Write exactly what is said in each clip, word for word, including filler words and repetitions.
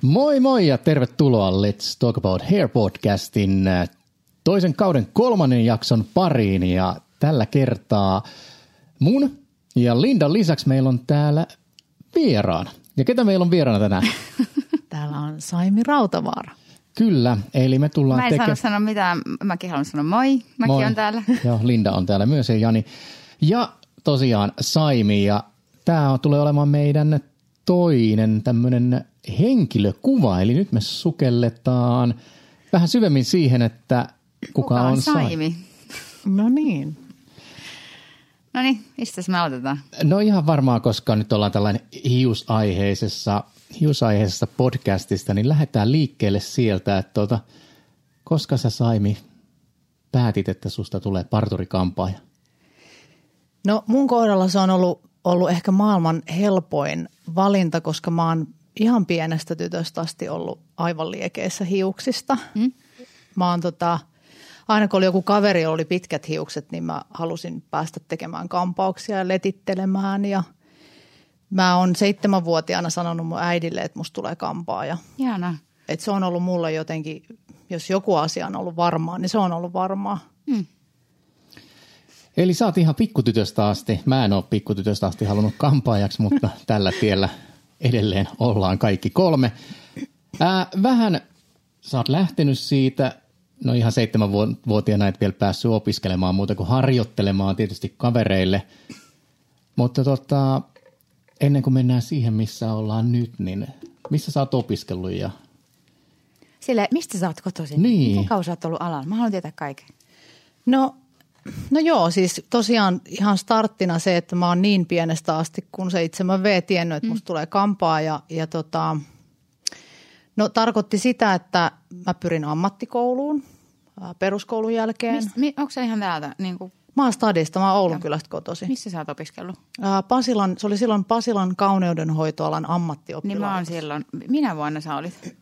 Moi moi ja tervetuloa Let's Talk About Hair podcastin toisen kauden kolmannen jakson pariin. Ja tällä kertaa mun ja Lindan lisäksi meillä on täällä vieraana. Ja ketä meillä on vieraana tänään? Täällä on Saimi Rautavaara. Kyllä, eli me tullaan tekemään. Mä en teke- saanut sanoa mitään, mäkin haluan sanoa moi, mäkin moi. on täällä. Joo, Linda on täällä myös ja Jani. Ja tosiaan Saimi, ja tämä tulee olemaan meidän toinen tämmöinen henkilökuva. Eli nyt me sukelletaan vähän syvemmin siihen, että kuka, kuka on, on Saimi. Saimi. No niin. No niin, mistä me aloitetaan? No ihan varmaan, koska nyt ollaan tällainen hiusaiheisessa, hiusaiheisessa podcastista, niin lähdetään liikkeelle sieltä, että tuota, koska sä Saimi päätit, että susta tulee parturikampaaja? No mun kohdalla se on ollut, ollut ehkä maailman helpoin valinta, koska mä oon ihan pienestä tytöstä asti ollut aivan liekeissä hiuksista. Mm. Mä oon tota, aina kun oli joku kaveri, jolla oli pitkät hiukset, niin mä halusin päästä tekemään kampauksia ja letittelemään. Ja mä oon seitsemänvuotiaana sanonut mun äidille, että musta tulee kampaaja. Ihanaa. Että se on ollut mulle jotenkin, jos joku asia on ollut varmaa, niin se on ollut varmaa. Mm. Eli sä oot ihan pikkutytöstä asti. Mä en ole pikkutytöstä asti halunnut kampaajaksi, mutta tällä tiellä edelleen ollaan kaikki kolme. Ää, vähän sä oot lähtenyt siitä, no ihan seitsemänvuotiaana et vielä päässyt opiskelemaan muuta kuin harjoittelemaan tietysti kavereille. Mutta tota, ennen kuin mennään siihen, missä ollaan nyt, niin missä sä oot opiskellut? Ja... Sille, mistä sä oot kotoisin? Niin. Miten kauan sä oot ollut alalla? Mä haluan tietää kaiken. No... No joo, siis tosiaan ihan starttina se, että mä oon niin pienestä asti kun seitsemän vuotta tiennyt, että musta mm. tulee kampaa ja, ja tota, no tarkoitti sitä, että mä pyrin ammattikouluun peruskoulun jälkeen. Mist, mi, onko se ihan täältä? Niin kuin... Mä oon Stadista, mä oon Oulun kylästä kotoisin. Missä sä oot opiskellut? Pasilan, se oli silloin Pasilan kauneudenhoitoalan ammattioppilaitos. Niin mä oon silloin, minä vuonna sä olit?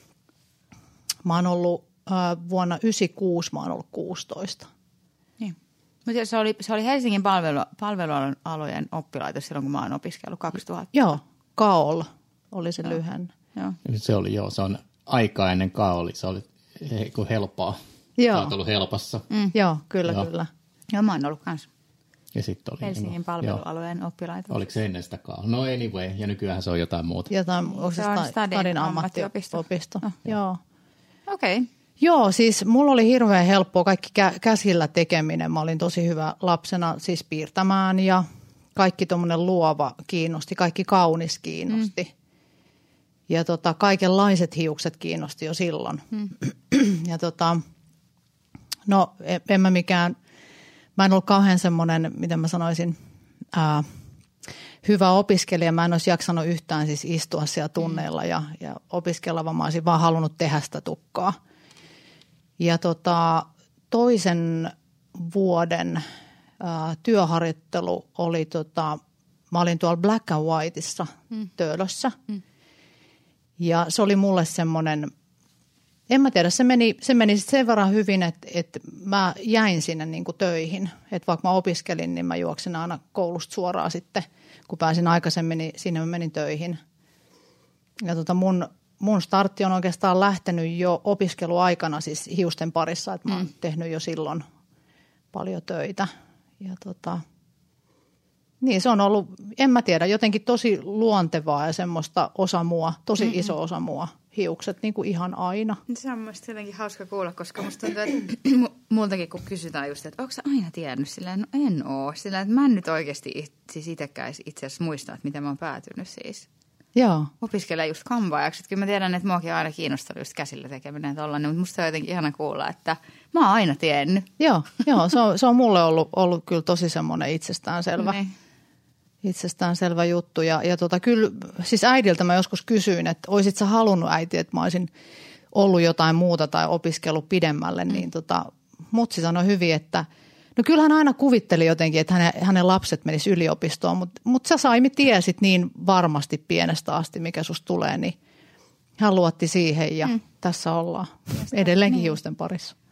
Mä oon ollut äh, vuonna yhdeksänkymmentäkuusi, mä oon ollut kuusitoista. Mutta se oli, se oli Helsingin palvelu, palvelualojen oppilaitos silloin, kun mä oon opiskellut kaksituhatta. Joo, K A O L oli se lyhenne. Joo. Se oli joo, se on aikaa ennen K A O L, se oli helppoa. Joo. Sä oot ollut helpassa. Mm. Joo, kyllä, joo. kyllä. Joo, mä oon ollut kanssa. Ja sitten oli Helsingin no, palvelualojen joo. oppilaitos. Oliko se ennen sitä K A O L? No anyway, ja nykyään se on jotain muuta. Jotain, onko se, se on Stadin ammattiopisto? Opisto. Oh. Joo. Okei. Okay. Joo, siis mulla oli hirveän helppoa kaikki kä- käsillä tekeminen. Mä olin tosi hyvä lapsena siis piirtämään ja kaikki tommoinen luova kiinnosti, kaikki kaunis kiinnosti. Mm. Ja tota, kaikenlaiset hiukset kiinnosti jo silloin. Mm. Ja tota, no en mä mikään, mä en ollut kauhean semmoinen, miten mä sanoisin, ää, hyvä opiskelija. Mä en olisi jaksanut yhtään siis istua siellä tunneilla ja, ja opiskella, vaan mä olisin vaan halunnut tehdä sitä tukkaa. Ja tota, toisen vuoden ää, työharjoittelu oli, tota, mä olin tuolla Black and Whiteissa mm. Töölössä. Mm. Ja se oli mulle semmoinen, en mä tiedä, se meni, se meni sen verran hyvin, että, että mä jäin sinne niin kuin töihin. Että vaikka mä opiskelin, niin mä juoksin aina koulusta suoraan sitten, kun pääsin aikaisemmin, niin sinne mä menin töihin. Ja tota mun... Mun startti on oikeastaan lähtenyt jo opiskeluaikana siis hiusten parissa, että mä oon mm. tehnyt jo silloin paljon töitä. Ja tota, niin se on ollut, en mä tiedä, jotenkin tosi luontevaa ja semmoista osa mua, tosi Mm-mm. iso osa mua, hiukset niin kuin ihan aina. Se on mielestäni jotenkin hauska kuulla, koska musta tuntuu, että multakin kun kysytään just, että onko sä aina tiennyt silleen, no en oo. Silleen, että mä en nyt oikeasti it, siis itsekään itse asiassa muista, että miten mä oon päätynyt siis. Joo. Opiskelee just kampaajaksi. Kyllä mä tiedän, että muakin on aina kiinnostanut just käsillä tekeminen tollainen, mutta musta on jotenkin ihana kuulla, että mä oon aina tiennyt. Joo, joo se, on, se on mulle ollut, ollut kyllä tosi semmoinen itsestäänselvä, niin. itsestäänselvä juttu. Ja, ja tota, kyllä, siis äidiltä mä joskus kysyin, että oisit sä halunnut äiti, että mä olisin ollut jotain muuta tai opiskellut pidemmälle, mm. niin tota, mutsi sanoi hyvin, että no kyllä hän aina kuvitteli jotenkin, että hänen, hänen lapset menis yliopistoon, mutta, mutta sä Saimi tiesit niin varmasti pienestä asti, mikä susta tulee, niin hän luotti siihen ja mm. tässä ollaan edelleenkin niin. hiusten parissa.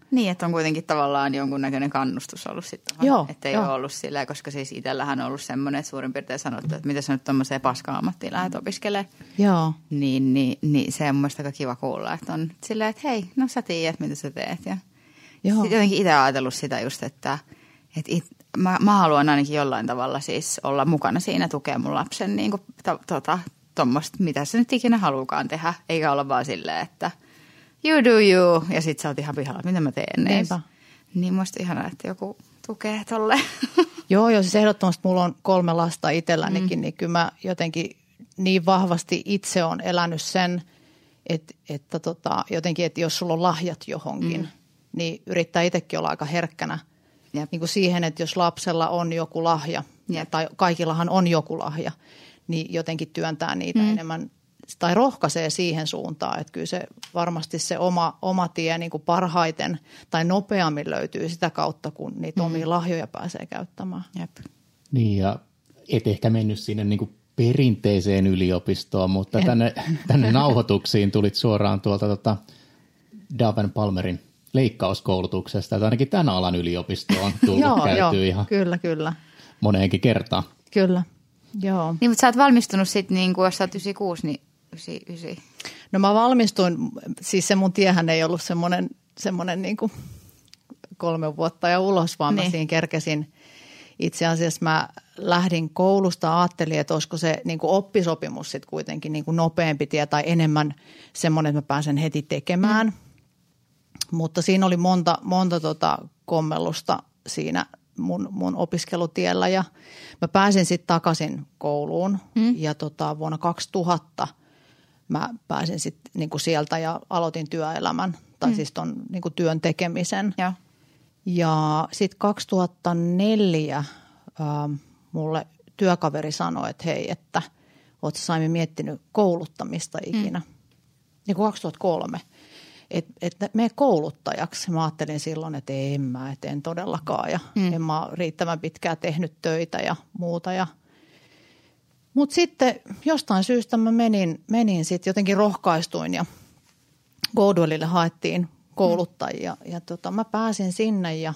Niin, että on kuitenkin tavallaan jonkunnäköinen kannustus ollut sitten. Että ei ole ollut silleen, koska siis itsellähän on ollut semmoinen, että suurin piirtein sanottu, että mitä sä nyt tuommoiseen paska-ammattiin lähdet opiskelemaan. Joo. Niin, niin, niin se on mun mielestä aika kiva kuulla, että on silleen, että hei, no sä tiedät, mitä sä teet. Ja sitten jotenkin itse ajatellut sitä just, että, että it, mä, mä haluan ainakin jollain tavalla siis olla mukana siinä, tukea mun lapsen niin kuin, to, tota, tuommoista, mitä se nyt ikinä haluukaan tehdä, eikä olla vaan silleen, että you do you, ja sit sä oot ihan pihalla, mitä mä teen. Niinpä. Niin musta ihanaa, että joku tukee tolle. Joo, joo, siis ehdottomasti mulla on kolme lasta itsellänikin, mm. niin kyllä mä jotenkin niin vahvasti itse on elänyt sen, että, että tota, jotenkin, että jos sulla on lahjat johonkin, mm. niin yrittää itsekin olla aika herkkänä niin kuin siihen, että jos lapsella on joku lahja, Jep. tai kaikillahan on joku lahja, niin jotenkin työntää niitä mm. enemmän tai rohkaisee siihen suuntaan, että kyllä se varmasti se oma, oma tie niin kuin parhaiten tai nopeammin löytyy sitä kautta, kun niitä mm. omia lahjoja pääsee käyttämään. Jep. Niin ja et ehkä mennyt sinne niin kuin perinteiseen yliopistoon, mutta tänne, tänne nauhoituksiin tulit suoraan tuolta tota Daven Palmerin leikkauskoulutuksesta, että ainakin tämän alan yliopistoon on tullut joo, käytyä joo, ihan kyllä, kyllä. moneenkin kertaan. Kyllä, joo. Niin, mutta sä oot valmistunut sitten, niin kuin, jos sä oot yhdeksänkymmentäkuusi, niin yhdeksänkymmentäyhdeksän. No mä valmistuin, siis se mun tiehän ei ollut semmoinen, semmoinen niin kuin kolme vuotta ja ulos, vaan niin. Mä siinä kerkesin. Itse asiassa mä lähdin koulusta, ajattelin, että olisiko se niin kuin oppisopimus sitten kuitenkin niin kuin nopeampi tie tai enemmän semmoinen, että mä pääsen heti tekemään. Mm. Mutta siinä oli monta, monta tota kommellusta siinä mun, mun opiskelutiellä ja mä pääsin sitten takaisin kouluun mm. ja tota, vuonna kaksituhatta mä pääsin sitten niinku sieltä ja aloitin työelämän tai mm. siis ton niinku työn tekemisen. Ja, ja sitten kaksituhattaneljä äh, mulle työkaveri sanoi, että hei, että oot sä Saimi miettinyt kouluttamista ikinä. Mm. Niin kuin kaksituhattakolme. Että et mene kouluttajaksi. Mä ajattelin silloin, että en mä, et en todellakaan ja mm. en mä riittävän pitkään tehnyt töitä ja muuta. Ja. Mutta sitten jostain syystä mä menin, menin sitten jotenkin rohkaistuin ja Goldwellille haettiin kouluttajia mm. ja tota, mä pääsin sinne ja,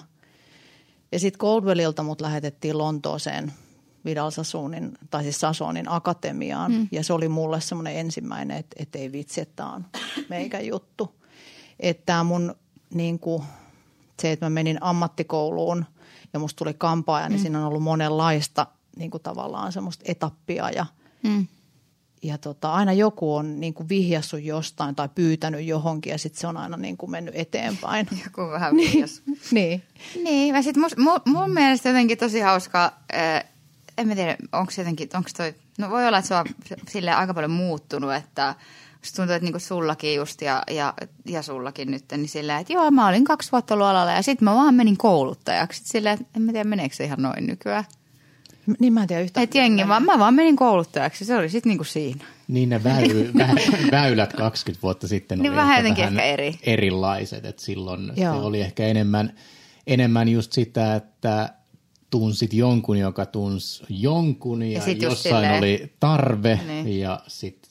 ja sitten Goldwellilta mut lähetettiin Lontooseen Vidal Sassoonin, tai siis Sassonin akatemiaan mm. ja se oli mulle semmoinen ensimmäinen, että et ei vitsi, että tämä on meikä juttu. Että mun niin kuin, se, että mä menin ammattikouluun ja musta tuli kampaaja, niin mm. siinä on ollut monenlaista niin kuin tavallaan semmoista etappia ja, mm. ja tota, aina joku on niin kuin vihjassut jostain tai pyytänyt johonkin ja sitten se on aina niin kuin mennyt eteenpäin. Joku vähän vihjas. niin. Niin, ja sitten mun, mun mielestä jotenkin tosi hauskaa, äh, en mä tiedä, onko jotenkin, onko toi, no voi olla, että se on silleen aika paljon muuttunut, että musta tuntuu, että niinku sullakin just ja, ja, ja sullakin nyt, niin silleen, että joo, mä olin kaksi vuotta ollut alalla ja sitten mä vaan menin kouluttajaksi. Silleen, että en mä tiedä, meneekö se ihan noin nykyään. Niin mä en tiedä yhtään. Että jengi vaan, mä vaan menin kouluttajaksi, se oli sitten niinku siinä. Niin ne väy, vä, väylät kaksikymmentä vuotta sitten niin oli vähän ehkä, ehkä vähän eri. erilaiset. Että silloin se oli ehkä enemmän, enemmän just sitä, että tunsit jonkun, joka tunsi jonkun ja, ja jossain silleen oli tarve niin. Ja sitten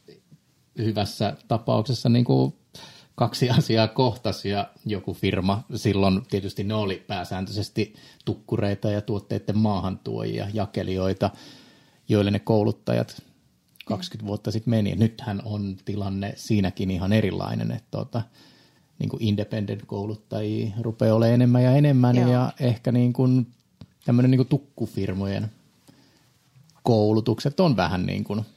hyvässä tapauksessa niin kuin kaksi asiaa kohtasi ja joku firma, silloin tietysti ne oli pääsääntöisesti tukkureita ja tuotteiden maahantuojia, jakelijoita, joille ne kouluttajat kaksikymmentä vuotta sitten meni. Nythän on tilanne siinäkin ihan erilainen, että tuota, niin kuin independent-kouluttajia rupeaa olemaan enemmän ja enemmän Joo. ja ehkä niin kuin tämmöinen niin kuin tukkufirmojen koulutukset on vähän niin kuin,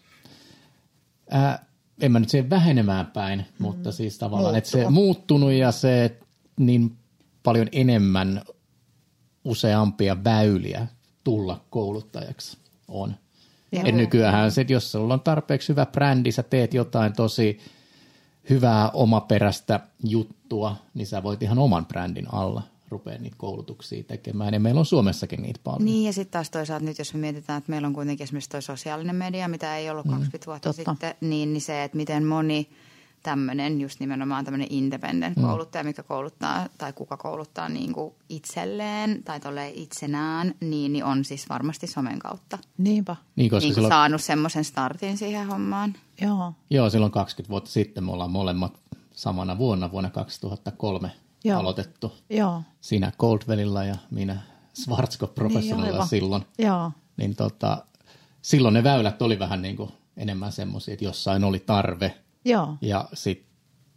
ää, en mä nyt siihen vähenemään päin, mm. mutta siis tavallaan, että se muuttunut ja se, että niin paljon enemmän useampia väyliä tulla kouluttajaksi on. Et nykyäänhän se, että jos sulla on tarpeeksi hyvä brändi, sä teet jotain tosi hyvää omaperäistä juttua, niin sä voit ihan oman brändin alla rupeaa niitä koulutuksia tekemään, ja meillä on Suomessakin niitä paljon. Niin, ja sitten taas toisaalta nyt, jos me mietitään, että meillä on kuitenkin esimerkiksi toi sosiaalinen media, mitä ei ollut kaksikymmentä vuotta mm, sitten, niin, niin se, että miten moni tämmöinen, just nimenomaan tämmöinen independent mm. kouluttaja, mikä kouluttaa, tai kuka kouluttaa niin kuin itselleen, tai tolleen itsenään, niin, niin on siis varmasti somen kautta. Niinpä. Niin, koska niin silloin saanut semmoisen startin siihen hommaan. Joo. Joo, silloin kaksikymmentä vuotta sitten me ollaan molemmat samana vuonna, vuonna kaksituhattakolme Joo. aloitettu. Joo. Sinä Goldwellilla ja minä Schwarzkopf-professorilla niin, silloin. Joo. Niin tota, silloin ne väylät oli vähän niin kuin enemmän semmoisia, että jossain oli tarve. Joo. Ja sitten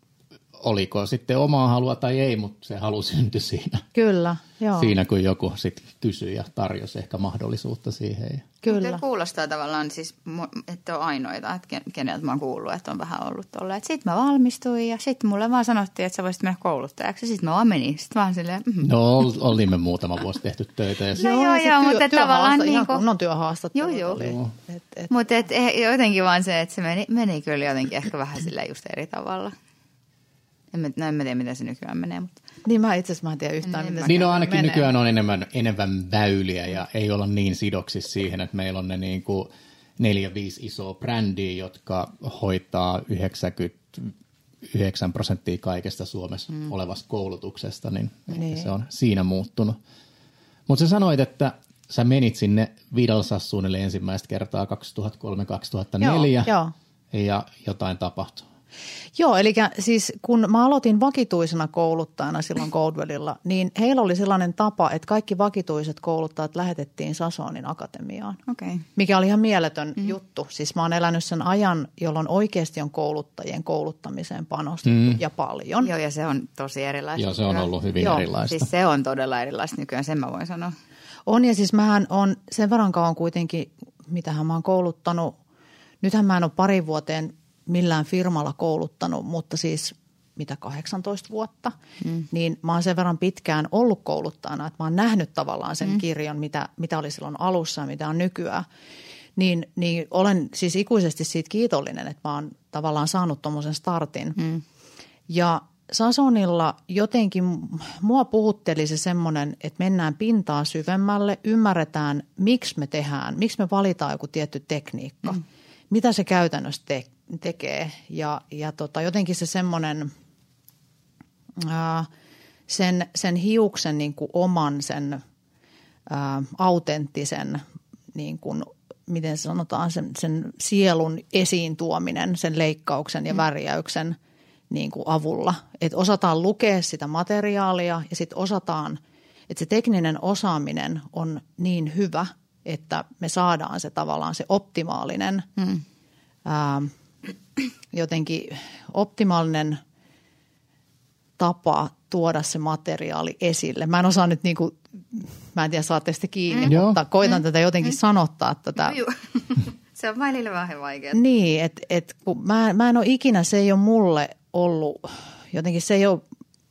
oliko sitten omaa halua tai ei, mutta se halu syntyi siinä. Kyllä, joo. Siinä kun joku sitten kysyi ja tarjosi ehkä mahdollisuutta siihen. Kyllä. Mutta kuulostaa tavallaan siis, että on ainoita, että keneltä mä oon kuullut, että on vähän ollut tolleen. Sitten mä valmistuin ja sitten mulle vaan sanottiin, että sä voisit mennä kouluttajaksi. Sitten mä vaan menin. Sitten vaan silleen, mm. No olimme muutama vuosi tehty töitä. Ja no joo, joo, joo mutta työ, tavallaan niin kuin. Ihan kunnon työhaastattelut joo, oli. Joo. Mutta jotenkin vaan se, että se meni, meni kyllä jotenkin ehkä vähän silleen just eri tavalla. En mä, no en mä tiedä, miten se nykyään menee. Mutta. Niin mä itse asiassa mä en tiedä yhtään, miten se niin on ainakin menee. Nykyään on enemmän, enemmän väyliä ja ei olla niin sidoksissa siihen, että meillä on ne niin kuin neljä, viisi isoa brändiä, jotka hoitaa yhdeksänkymmentäyhdeksän prosenttia kaikesta Suomessa mm. olevasta koulutuksesta, niin, niin se on siinä muuttunut. Mutta sä sanoit, että sä menit sinne Vidalsassuunille ensimmäistä kertaa kaksituhattakolme kaksituhattaneljä joo, joo. ja jotain tapahtui. Joo, eli siis kun mä aloitin vakituisena kouluttajana silloin Goldwellilla, niin heillä oli sellainen tapa, että kaikki vakituiset kouluttajat lähetettiin Sasonin akatemiaan. Okay. Mikä oli ihan mieletön mm. juttu. Siis mä oon elänyt sen ajan, jolloin oikeasti on kouluttajien kouluttamiseen panostettu mm. ja paljon. Joo, ja se on tosi erilaista. Joo, se on ollut hyvin Joo, erilaista. Siis se on todella erilaista nykyään, sen mä voin sanoa. On, ja siis mähän on sen verran kauan kuitenkin, mitähän mä oon kouluttanut. Nythän mä en ole parin vuoteen millään firmalla kouluttanut, mutta siis mitä kahdeksantoista vuotta, mm. niin mä oon sen verran pitkään ollut kouluttajana, että mä oon nähnyt tavallaan sen mm. kirjon, mitä, mitä oli silloin alussa ja mitä on nykyään. Niin, niin olen siis ikuisesti siitä kiitollinen, että mä oon tavallaan saanut tommosen startin. Mm. Ja Sasonilla jotenkin mua puhutteli se semmoinen, että mennään pintaa syvemmälle, ymmärretään miksi me tehdään, miksi me valitaan joku tietty tekniikka, mm. mitä se käytännössä tekee. tekee ja, ja tota, jotenkin se semmoinen ää, sen, sen hiuksen niin kuin oman sen ää, autenttisen niin kuin, miten sanotaan sen, sen sielun esiin tuominen sen leikkauksen ja mm. värjäyksen niin kuin avulla, että osataan lukea sitä materiaalia ja sitten osataan, että se tekninen osaaminen on niin hyvä, että me saadaan se tavallaan se optimaalinen mm. ää, jotenkin optimaalinen tapa tuoda se materiaali esille. Mä en osaa nyt niin kuin, mä en tiedä saatte sitä kiinni, mm. mutta koitan mm. tätä jotenkin mm. sanottaa. Tätä. Se on välillä vähän vaikeaa. Niin, että et, kun mä, mä en ole ikinä, se ei ole mulle ollut, jotenkin se ei ole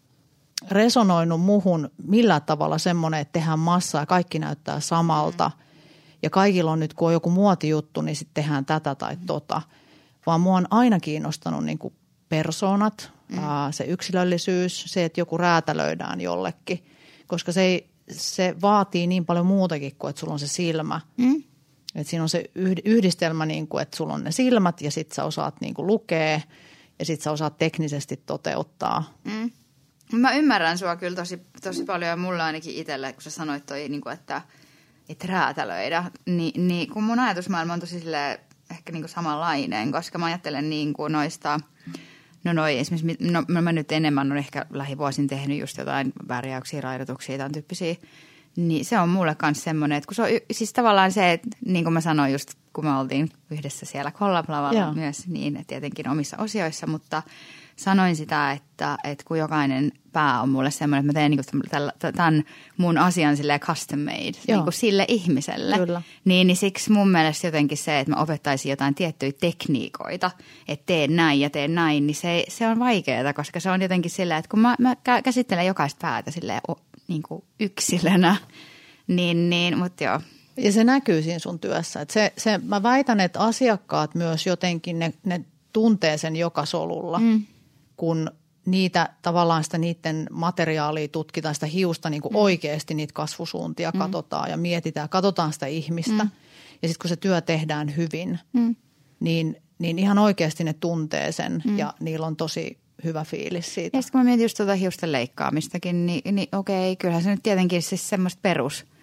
resonoinut muhun millään tavalla semmoinen, että tehdään massaa ja kaikki näyttää samalta. Mm. Ja kaikilla on nyt, kun on joku muotijuttu, niin sitten tehdään tätä tai tota. Vaan mua on aina kiinnostanut niin kuin persoonat, mm. ää, se yksilöllisyys, se, että joku räätälöidään jollekin. Koska se, ei, se vaatii niin paljon muutakin kuin, että sulla on se silmä. Mm. Että siinä on se yhdistelmä, niin kuin, että sulla on ne silmät ja sitten sä osaat niin kuin lukea ja sitten sä osaat teknisesti toteuttaa. Mm. Mä ymmärrän sua kyllä tosi, tosi paljon ja mulla ainakin itsellä, kun sä sanoit toi, niin kuin, että, että räätälöidä, niin, niin kun mun ajatusmaailma on tosi silleen, ehkä niin kuin samanlainen, koska mä ajattelen niin kuin noista, no noi esimerkiksi, no mä nyt enemmän on ehkä lähivuosin tehnyt just jotain värjäyksiä, raidotuksia, tämän tyyppisiä, niin se on mulle myös semmoinen, että kun se on siis tavallaan se, että niin kuin mä sanoin just, kun me oltiin yhdessä siellä Collab-lavalla myös, niin tietenkin omissa osioissa, mutta sanoin sitä, että, että kun jokainen pää on mulle semmoinen, että mä teen niin kuin tämän mun asian silleen custom made, niin kuin sille ihmiselle. Niin, niin siksi mun mielestä jotenkin se, että mä opettaisin jotain tiettyjä tekniikoita, että teen näin ja teen näin, niin se, se on vaikeaa, koska se on jotenkin silleen, että kun mä, mä käsittelen jokaista päätä silleen niin kuin yksilönä, niin, niin mutta joo. Ja se näkyy siinä sun työssä. Että se, se, mä väitän, että asiakkaat myös jotenkin, ne, ne tuntee sen joka solulla, mm. kun niitä tavallaan sitä niiden materiaalia tutkitaan, sitä hiusta niin kuin mm. oikeasti niitä kasvusuuntia mm. katsotaan ja mietitään, katsotaan sitä ihmistä. Mm. Ja sitten kun se työ tehdään hyvin, mm. niin, niin ihan oikeasti ne tuntee sen mm. ja niillä on tosi hyvä fiilis siitä. Ja sitten kun mä mietin just tuota hiusten leikkaamistakin, niin, niin okei, kyllähän se nyt tietenkin siis semmoista perus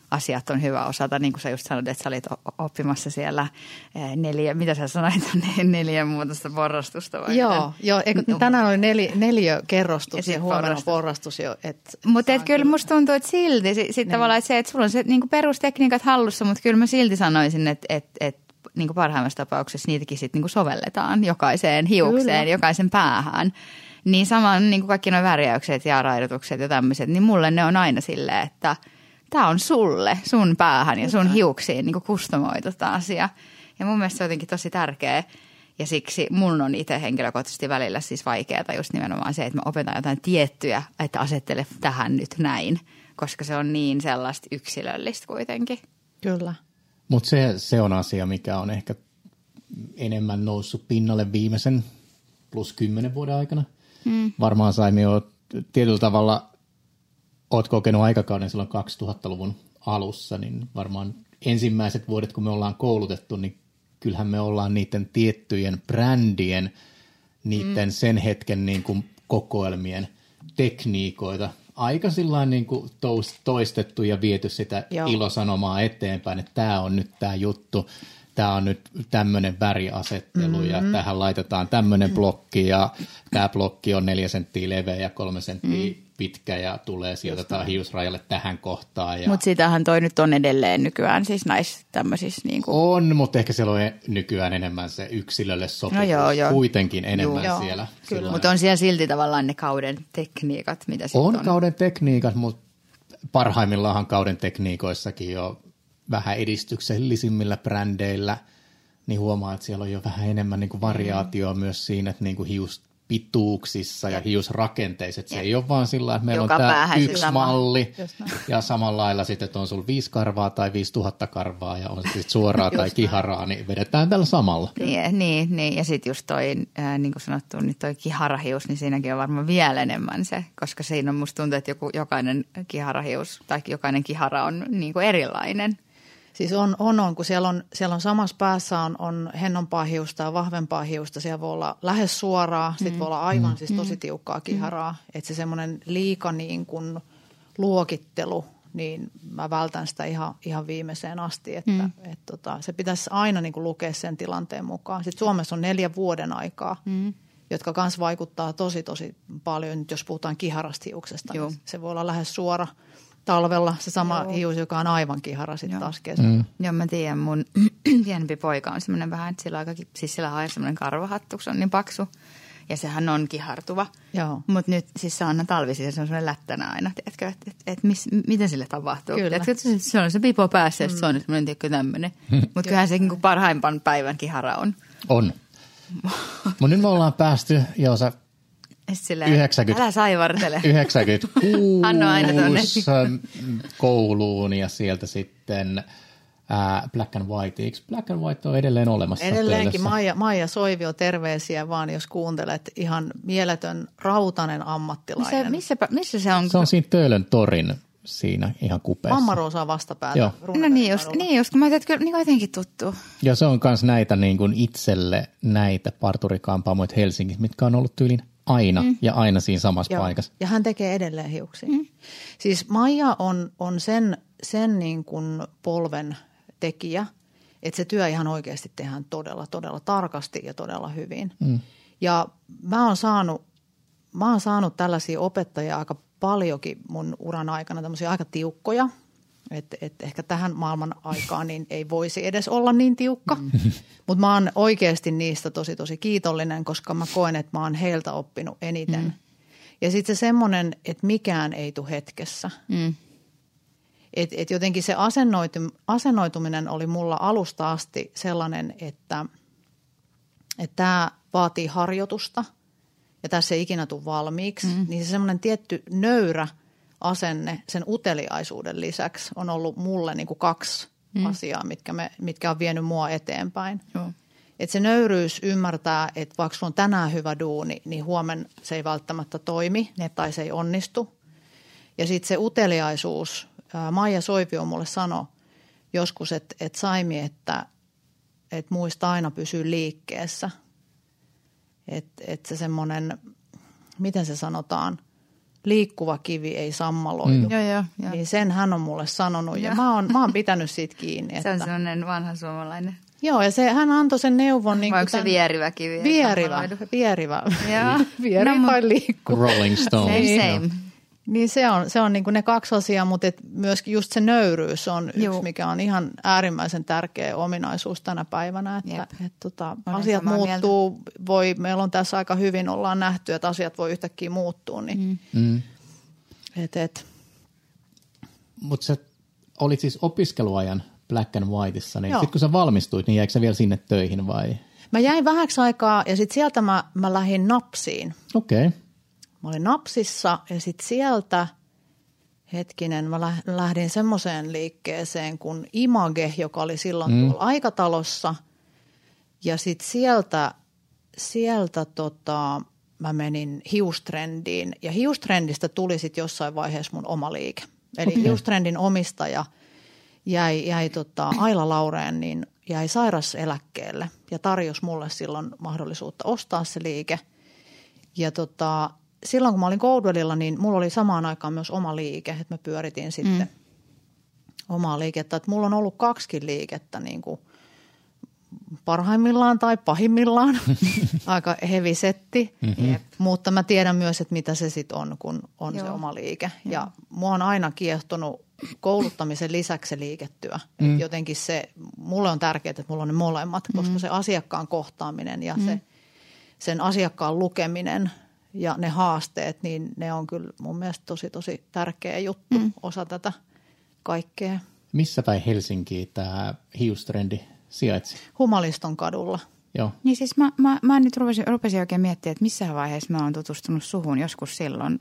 asiat on hyvä osata. Niin kuin sä just sanoit, että sä olit oppimassa siellä neljä, mitä sä sanoit, neljä muotoista porrastusta vai? Joo, joo eikö, tänään oli neli, neliökerrostus ja, ja huomenna on porrastus jo. Mutta kyllä musta tuntuu, että silti sit niin. tavallaan että se, että sulla on se niin perustekniikat hallussa, mutta kyllä mä silti sanoisin, että, että, että niin kuin parhaimmassa tapauksessa niitäkin sitten niin kuin sovelletaan jokaiseen hiukseen, kyllä. jokaisen päähän. Niin saman niin kuin kaikki nuo värjäykset ja raidotukset ja tämmöiset, niin mulle ne on aina silleen, että tämä on sulle, sun päähän ja sun hiuksiin niin kuin kustomoitu tämä asia. Ja mun mielestä se on jotenkin tosi tärkeä. Ja siksi mun on itse henkilökohtaisesti välillä siis vaikeaa just nimenomaan se, että mä opetan jotain tiettyjä, että asettele tähän nyt näin. Koska se on niin sellaista yksilöllistä kuitenkin. Kyllä. Mutta se, se on asia, mikä on ehkä enemmän noussut pinnalle viimeisen plus kymmenen vuoden aikana. Mm. Varmaan Saimi oot tietyllä tavalla, oot kokenut aikakauden silloin kaksituhattaluvun alussa, niin varmaan ensimmäiset vuodet, kun me ollaan koulutettu, niin kyllähän me ollaan niiden tiettyjen brändien, niiden mm. sen hetken niin kuin kokoelmien tekniikoita aika sillain niin kuin toistettu ja viety sitä Joo. ilosanomaa eteenpäin, että tämä on nyt tämä juttu. Tämä on nyt tämmöinen väriasettelu mm-hmm. ja tähän laitetaan tämmöinen blokki ja tämä blokki on neljä senttiä leveä ja kolme senttiä mm. pitkä ja tulee sijoitetaan hiusrajalle tähän kohtaan. Mutta sitähän toi nyt on edelleen nykyään siis näissä tämmöisissä. Niin kuin... On, mutta ehkä siellä on nykyään enemmän se yksilölle sopivuus. No joo, joo. Kuitenkin enemmän joo, siellä. Mutta on siellä silti tavallaan ne kauden tekniikat, mitä sitten on. On kauden tekniikat, mutta parhaimmillaan kauden tekniikoissakin jo vähän edistyksellisimmillä brändeillä, niin huomaa, että siellä on jo vähän enemmän niin kuin variaatioa mm. myös siinä, että niin kuin hiuspituuksissa ja, ja hiusrakenteissa. Se ei ole vaan sillä, että meillä Joka on tämä yksi sama. malli ja samalla lailla sitten, että on sulla viisi karvaa tai viisi tuhatta karvaa ja on sitten suoraa tai kiharaa, niin vedetään tällä samalla. Niin, niin, niin. ja sitten just toi, äh, niin kuin sanottu, niin toi kiharahius, niin siinäkin on varmaan vielä enemmän se, koska siinä on musta tuntuu, että joku, jokainen kiharahius tai jokainen kihara on niin kuin erilainen. Siis on, on, on kun siellä on, siellä on samassa päässä on, on hennompaa hiusta ja vahvempaa hiusta. Siellä voi olla lähes suoraa, mm. sitten voi olla aivan mm. siis tosi tiukkaa kiharaa. Mm. Että se semmoinen liika niin kuin luokittelu, niin mä vältän sitä ihan, ihan viimeiseen asti. Että mm. et tota, se pitäisi aina niin kuin lukea sen tilanteen mukaan. Sitten Suomessa on neljä vuoden aikaa, mm. jotka kans vaikuttaa tosi tosi paljon. Nyt jos puhutaan kiharasta hiuksesta, niin se voi olla lähes suora. Talvella se sama Joo. hius, joka on aivan kihara sitten taas kesällä. Mm. Joo, mä tiedän, mun pienempi poika on semmoinen vähän, että sillä on aika, siis sillä on semmoinen karvahattu, se on niin paksu. Ja sehän on kihartuva. Mutta nyt siis se on talvisin, se on semmoinen lättänä aina, tiedätkö, että et, et, et miten sille tapahtuu. Kyllä. Tiedätkö, että se on se pipo päässä, mm. se on semmoinen, tiedätkö, tämmöinen. Mutta kyllähän se niin parhaimpan päivän kihara on. On. Mutta nyt me ollaan päästy, Joosa, Silleen, yhdeksänkymmentä, älä saivartele. yhdeksänkymmentäkuusi kouluun ja sieltä sitten ää, Black and White. Eikö Black and White on edelleen olemassa? Edelleenkin Maija, Maija Soivio, terveisiä vaan, jos kuuntelet. Ihan mieletön rautainen ammattilainen. Se, missä, missä se on? Se on siinä Töölön torin siinä ihan kupeessa. Mamma Roosaa vastapäätä. Joo. No niin just, niin just, kun mä ajattelin, että kyllä niin jotenkin tuttuu. Ja se on myös näitä niin kuin itselle näitä parturikampaamoita Helsingissä, mitkä on ollut tyylin aina mm. ja aina siinä samassa Joo. paikassa. Ja hän tekee edelleen hiuksia. Mm. Siis Maija on, on sen, sen niin kuin polven tekijä, että se työ ihan oikeasti tehdään todella, todella tarkasti ja todella hyvin. Mm. Ja mä oon saanut, mä oon saanut tällaisia opettajia aika paljonkin mun uran aikana, tämmöisiä aika tiukkoja. Että et ehkä tähän maailman aikaan niin ei voisi edes olla niin tiukka, mm. mutta mä oon oikeasti niistä tosi tosi kiitollinen, koska mä koen, että mä oon heiltä oppinut eniten. Mm. Ja sitten se semmoinen, että mikään ei tule hetkessä. Mm. Että et jotenkin se asennoitum, asennoituminen oli mulla alusta asti sellainen, että tämä vaatii harjoitusta ja tässä ei ikinä tule valmiiksi. Mm. Niin se semmoinen tietty nöyrä asenne sen uteliaisuuden lisäksi on ollut mulle niin kuin kaksi mm. asiaa, mitkä, me, mitkä on vienyt mua eteenpäin. Joo. Että se nöyryys ymmärtää, että vaikka sulla on tänään hyvä duuni, niin huomenna se ei välttämättä toimi ne. tai se ei onnistu. Ja sitten se uteliaisuus, ää, Maija Soivio mulle sanoi joskus, että et Saimi, että et muista aina pysyä liikkeessä. Että et se semmoinen, miten se sanotaan, liikkuva kivi ei sammaloidu. Mm. Joo, joo, joo. Niin sen hän on mulle sanonut ja mä oon, mä oon pitänyt siitä kiinni. Että... Se on sellainen vanha suomalainen. Joo, ja se, hän antoi sen neuvon. Niin vai onko tämän... se vierivä kivi? Vierivä, vierivä. Vierivä no, tai liikkuva. Rolling Stone. Same, same. Niin se on, se on niin kuin ne kaksi asiaa, mutta et myöskin just se nöyryys on yksi, Juu. mikä on ihan äärimmäisen tärkeä ominaisuus tänä päivänä, että et, tota, asiat muuttuu. Voi, meillä on tässä aika hyvin, ollaan nähty, että asiat voi yhtäkkiä muuttua. Niin, mm. et, et. Mutta sä olit siis opiskeluajan Black and Whiteissa, niin sitten kun sä valmistuit, niin jäikö sä vielä sinne töihin vai? Mä jäin vähäksi aikaa ja sitten sieltä mä, mä lähdin Napsiin. Okei. Okay. Mä olin Napsissa ja sitten sieltä, hetkinen, mä lähdin semmoiseen liikkeeseen kuin Image, joka oli silloin mm. tuolla Aikatalossa. Ja sitten sieltä, sieltä tota, mä menin Hiustrendiin ja Hiustrendistä tuli sitten jossain vaiheessa mun oma liike. Eli okay. Hiustrendin omistaja jäi, jäi tota, Aila Laureen, niin jäi sairaseläkkeelle ja tarjosi mulle silloin mahdollisuutta ostaa se liike. Ja tota, silloin kun mä olin Goodwellilla, niin mulla oli samaan aikaan myös oma liike, että mä pyöritin sitten mm. omaa liikettä. Että mulla on ollut kaksikin liikettä niin kuin parhaimmillaan tai pahimmillaan, aika heavy setti, mm-hmm. mutta mä tiedän myös, että mitä se sitten on, kun on Joo. se oma liike. Joo. Ja mua on aina kiehtonut kouluttamisen lisäksi liiketyö. Mm. Et jotenkin se, mulle on tärkeää, että mulla on ne molemmat, koska mm. se asiakkaan kohtaaminen ja mm. se, sen asiakkaan lukeminen ja ne haasteet, niin ne on kyllä mun mielestä tosi, tosi tärkeä juttu, mm. osa tätä kaikkea. Missä päin Helsinkiä tämä Hiustrendi sijaitsi? Humaliston kadulla. Joo. Niin siis mä, mä, mä nyt rupesin, rupesin oikein miettimään, että missä vaiheessa mä oon tutustunut suhun joskus silloin.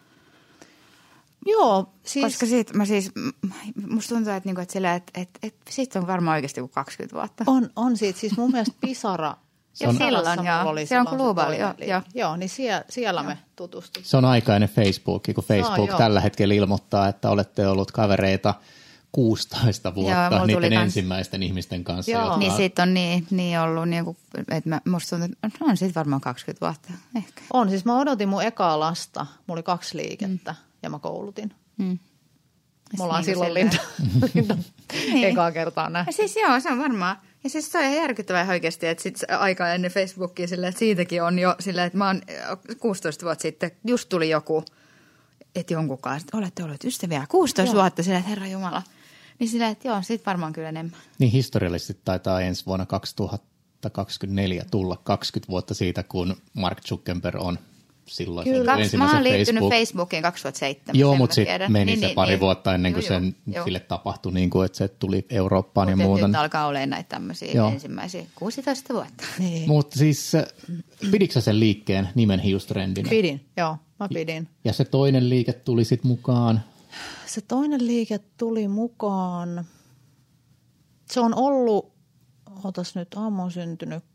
Joo, siis. Koska siitä mä siis, musta tuntuu, että, niinku, että, sillä, että, että, että siitä on varmaan oikeasti kuin kaksikymmentä vuotta. On, on siitä. Siis mun mielestä Pisara. Se on silloin, joo. Oli se on globaali, joo. Jo. Joo, niin siellä, siellä me tutustuttiin. Se on aikainen Facebook, kun Facebook no, tällä hetkellä ilmoittaa, että olette ollut kavereita kuusitoista vuotta joo, niiden kans... ensimmäisten ihmisten kanssa. Joo. Jotka... Niin siitä on niin, niin ollut, niin kuin, että mä, musta tuntuu, että on siitä varmaan kaksikymmentä vuotta ehkä. On, siis mä odotin mun ekaa lasta, mulla oli kaksi liikettä mm. ja mä koulutin. Mm. Me ollaan niin silloin Linda, Linda niin. ekaa kertaa nähty. Ja siis joo, se on varmaan. Ja siis se on ihan järkyttävää oikeasti, että sit aikaa ennen Facebookia sillä, että siitäkin on jo sillä, että mä oon kuusitoista vuotta sitten, just tuli joku, että jonkun kanssa, että olette olleet ystäviä kuusitoista joo. vuotta sillä, että Herra Jumala. Niin sillä, että joo, sit varmaan kyllä enemmän. Niin historiallisesti taitaa ensi vuonna kaksituhattakaksikymmentäneljä tulla kaksikymmentä vuotta siitä, kun Mark Zuckerberg on silloin kyllä. Kaksi, mä oon liittynyt Facebook. Facebookiin kaksituhattaseitsemän. Joo, mutta sitten meni niin, se niin, pari niin. vuotta ennen kuin joo, sen joo. sille tapahtui, niin kuin, että se tuli Eurooppaan mut ja muuta. Nyt alkaa olemaan näitä tämmöisiä joo. ensimmäisiä kuusitoista vuotta. Niin. Mutta siis piditkö sen liikkeen nimen Hiustrendinä? Pidin, joo, mä pidin. Ja se toinen liike tuli sitten mukaan? Se toinen liike tuli mukaan, se on ollut, otas nyt, Aamu on syntynyt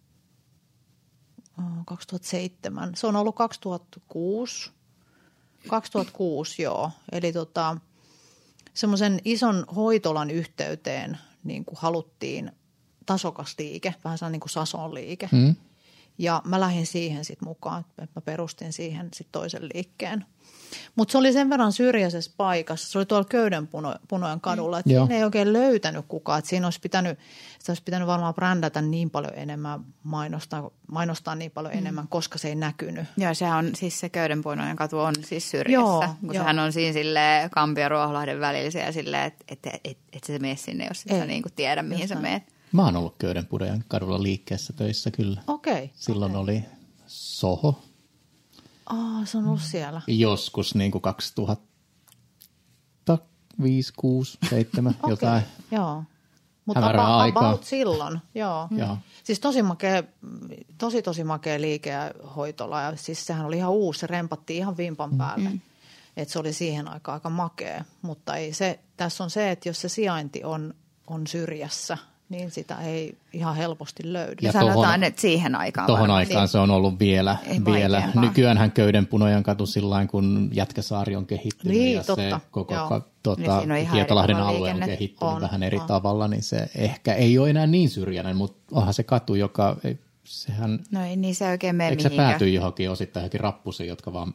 kaksituhattaseitsemän. Se on ollut kaksituhattakuusi. kaksituhattakuusi, joo. Eli tota, semmoisen ison hoitolan yhteyteen niin kuin haluttiin tasokas liike, vähän sellainen niin kuin Sason liike. Mm. Ja mä lähdin siihen sitten mukaan, että mä perustin siihen sitten toisen liikkeen. Mutta se oli sen verran syrjäisessä paikassa. Se oli tuolla Köydenpunojen kadulla, että siinä ei oikein löytänyt kukaan. Että siinä olisi pitänyt, sitä olisi pitänyt varmaan brändätä niin paljon enemmän, mainostaa, mainostaa niin paljon mm. enemmän, koska se ei näkynyt. Joo, se on siis se Köydenpunojen katu on siis syrjässä. Joo, kun jo. Sehän on siinä silleen Kampio ja Ruoholahden välillä ja silleen, että et, et, et, et sä mene sinne, jos et sä niinku tiedä, mihin sä meet. Mä oon ollut Köydenpunojen kadulla liikkeessä töissä kyllä. Okei. Okay, Silloin okay. oli Soho. Aa, se on ollut siellä. Joskus niin kuin kaksituhattaviisi, kuusi, seitsemän, okay, jotain. Joo, mutta about, about silloin, joo. joo. Siis tosi makea, tosi tosi makea liike ja hoitola ja siis sehän oli ihan uusi, se rempattiin ihan vimpan päälle. Mm-hmm. Että se oli siihen aikaan aika makea, mutta ei se, tässä on se, että jos se sijainti on, on syrjässä, niin sitä ei ihan helposti löydy. Ja sanotaan, että siihen aikaan Tuohon aikaan se on ollut vielä. vielä. Nykyäänhän Köydenpunojen katu sillain, kun Jätkäsaari on kehittynyt niin, ja totta. se koko Joo. tuota, niin Hietalahden alue on kehittynyt on, vähän eri on. tavalla, niin se ehkä ei ole enää niin syrjäinen, mutta onhan se katu, joka sehän... No ei niin se oikein mene mihinkään. Eikö se päätyy johonkin osittain johonkin rappusiin, jotka vaan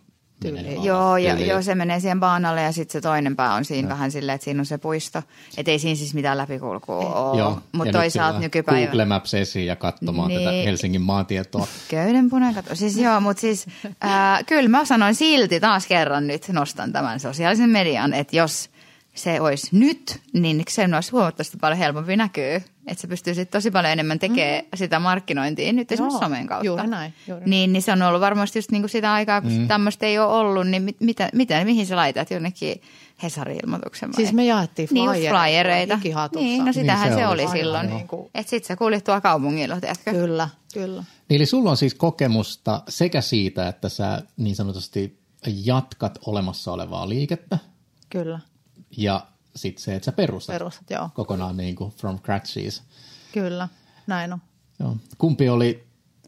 menee Joo, ja, joo, se menee siihen baanalle ja sitten se toinen pää on siinä no. vähän silleen, että siinä on se puisto. Että ei siinä siis mitään läpikulkua ole, mutta toisaalta nykypäivä. Google Maps esiin ja katsomaan niin. tätä Helsingin maantietoa. Köydenpunainen katso. Siis joo, mutta siis äh, kyllä mä sanoin silti taas kerran nyt nostan tämän sosiaalisen median, että jos se olisi nyt, niin se olisi huomattavasti paljon helpompi näkyy. Että se pystyy sitten tosi paljon enemmän tekemään mm-hmm. sitä markkinointia nyt esimerkiksi somen kautta. Juuri näin. Juuri. Niin, niin se on ollut varmasti just niinku sitä aikaa, kun mm. tämmöistä ei ole ollut, niin mit, mitä, mitä, mihin sä laitat jonnekin Hesari-ilmoituksen vai? Siis me jaettiin flyereita. Niin, flyereita. Niin, no sitähän niin se, se oli, oli silloin. Niin kuin... Että sit sä kuljet tuolla kaupungilla, tiedätkö? Kyllä, kyllä. Niin, eli sulla on siis kokemusta sekä siitä, että sä niin sanotusti jatkat olemassa olevaa liikettä. Kyllä. Ja sitten se, että sä perustat, perustat joo. kokonaan niin kuin from scratchies. Kyllä, näin on. Joo. Kumpi oli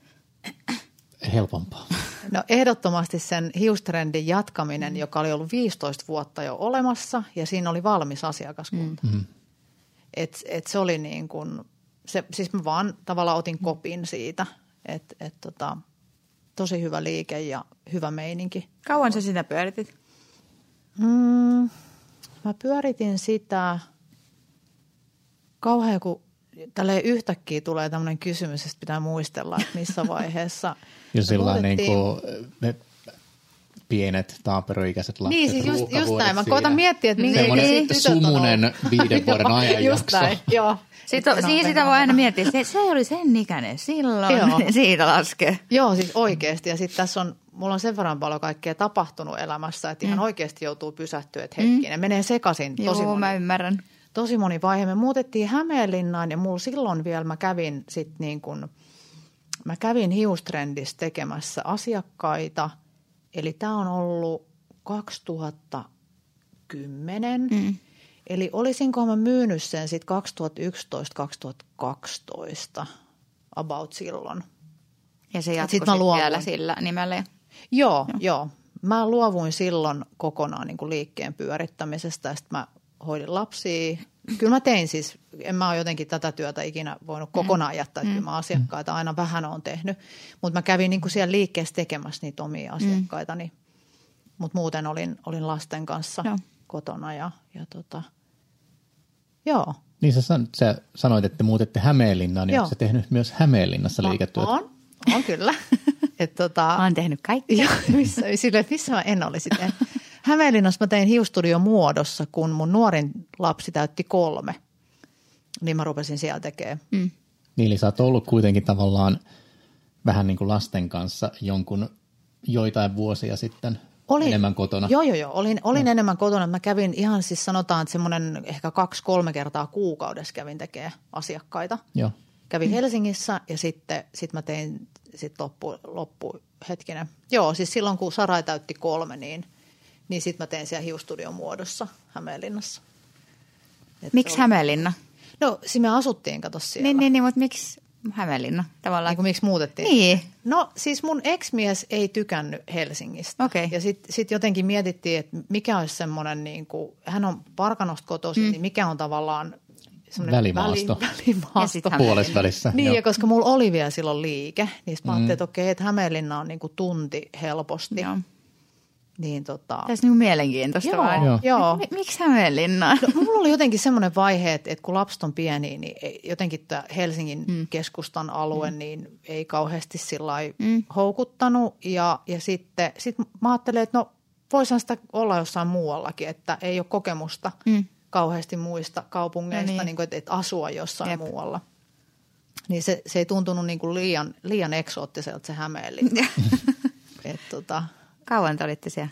helpompaa? No ehdottomasti sen hiustrendin jatkaminen, mm. joka oli ollut viisitoista vuotta jo olemassa ja siinä oli valmis asiakaskunta. Mm. Et, et se oli niin kuin, se, siis mä vaan tavallaan otin kopin siitä, että et tota, tosi hyvä liike ja hyvä meininki. Kauan sä sitä pyöritit? Mm, mä pyöritin sitä kauhean, kun tälleen yhtäkkiä tulee tämmöinen kysymys, että pitää muistella, että missä vaiheessa. Ja sillä niin kuin me pienet taaperoikäiset lapset. Niin, siis just, just näin. Mä koitan miettiä, että minkä semmoinen sumunen viiden vuoden ajanjakso. Just näin, joo. Sitten no, siinä sitä voi aina miettiä, se, se oli sen ikäinen silloin, siitä laskee. Joo, siis oikeasti. Ja sitten tässä on, mulla on sen verran paljon kaikkea tapahtunut elämässä, että mm. ihan oikeasti joutuu pysähtyä, että hetkinen. Mm. Menee sekaisin tosi Joo, moni. mä ymmärrän. Tosi moni vaihe. Me muutettiin Hämeenlinnaan ja mulla silloin vielä mä kävin sit niin kuin, mä kävin hiustrendissä tekemässä asiakkaita. Eli tämä on ollut kaksituhattakymmenen. Mm. Eli olisinko mä myynyt sen sitten kaksituhattayksitoista kaksituhattakaksitoista about silloin. Ja se jatkui sitten sit vielä sillä nimellä. Joo, joo, joo. Mä luovuin silloin kokonaan niin kuin liikkeen pyörittämisestä ja sitten mä hoidin lapsia. Kyllä mä tein siis, en mä ole jotenkin tätä työtä ikinä voinut kokonaan jättää, että mm. kyllä mä asiakkaita aina vähän on tehnyt. Mutta mä kävin niin kuin siellä liikkeessä tekemässä niitä omia asiakkaitani. Mm. Mutta muuten olin, olin lasten kanssa no. kotona ja, ja tota, joo. Niin sä, san, sä sanoit, että muutette Hämeenlinnaan, niin oletko sä tehnyt myös Hämeenlinnassa liiketyötä? On, on kyllä. Et tota, mä oon tehnyt kaikkea. Joo, missä, sille, että missä mä en olisi tehnyt. Hämeenlinnassa mä tein hiustudion muodossa, kun mun nuorin lapsi täytti kolme. Niin mä rupesin siellä tekemään. Mm. Niin, eli sä oot ollut kuitenkin tavallaan vähän niin kuin lasten kanssa jonkun joitain vuosia sitten olin, enemmän kotona. Joo, joo, joo. Olin, olin no. enemmän kotona. Mä kävin ihan siis sanotaan, että semmoinen ehkä kaksi-kolme kertaa kuukaudessa kävin tekemään asiakkaita. Joo. Kävin mm. Helsingissä ja sitten sit mä tein sit loppu, loppu hetkinen. Joo, siis silloin kun Sarai täytti kolme, niin – niin sitten mä tein siellä hiustudion muodossa Hämeenlinnassa. Miksi oli... Hämeenlinna? No, siis me asuttiin, kato siellä. Niin, niin, niin mutta miksi Hämeenlinna tavallaan? Niin kuin miksi muutettiin? Niin. No siis mun ex-mies ei tykännyt Helsingistä. Okay. Ja sitten sit jotenkin mietittiin, että mikä olisi semmoinen, niin kuin, hän on Parkanosta kotoisin, mm. niin mikä on tavallaan välimaasto. Väli, välimaasto. Puolessa välissä. Niin, ja koska mulla oli vielä silloin liike, niin mä ajattelin, että okei, että Hämeenlinna on niin kuin tunti helposti. Joo. Niin tota... Tässä niin mielenkiintoista joo, vai? Joo. joo. M- miksi Hämeenlinna? No, mulla oli jotenkin semmoinen vaihe, että, että kun lapset on pieniä, niin jotenkin tämä Helsingin mm. keskustan alue mm. niin ei kauheasti sillai mm. houkuttanut. Ja, ja sitten sit mä ajattelin, että no voisihan sitä olla jossain muuallakin, että ei ole kokemusta mm. kauheasti muista kaupungeista, no niin. Niin kuin, että, että asua jossain Jep. muualla. Niin se, se ei tuntunut niin kuin liian, liian eksoottiselta se Hämeenlinna. Et tota... Kauan te olitte siellä?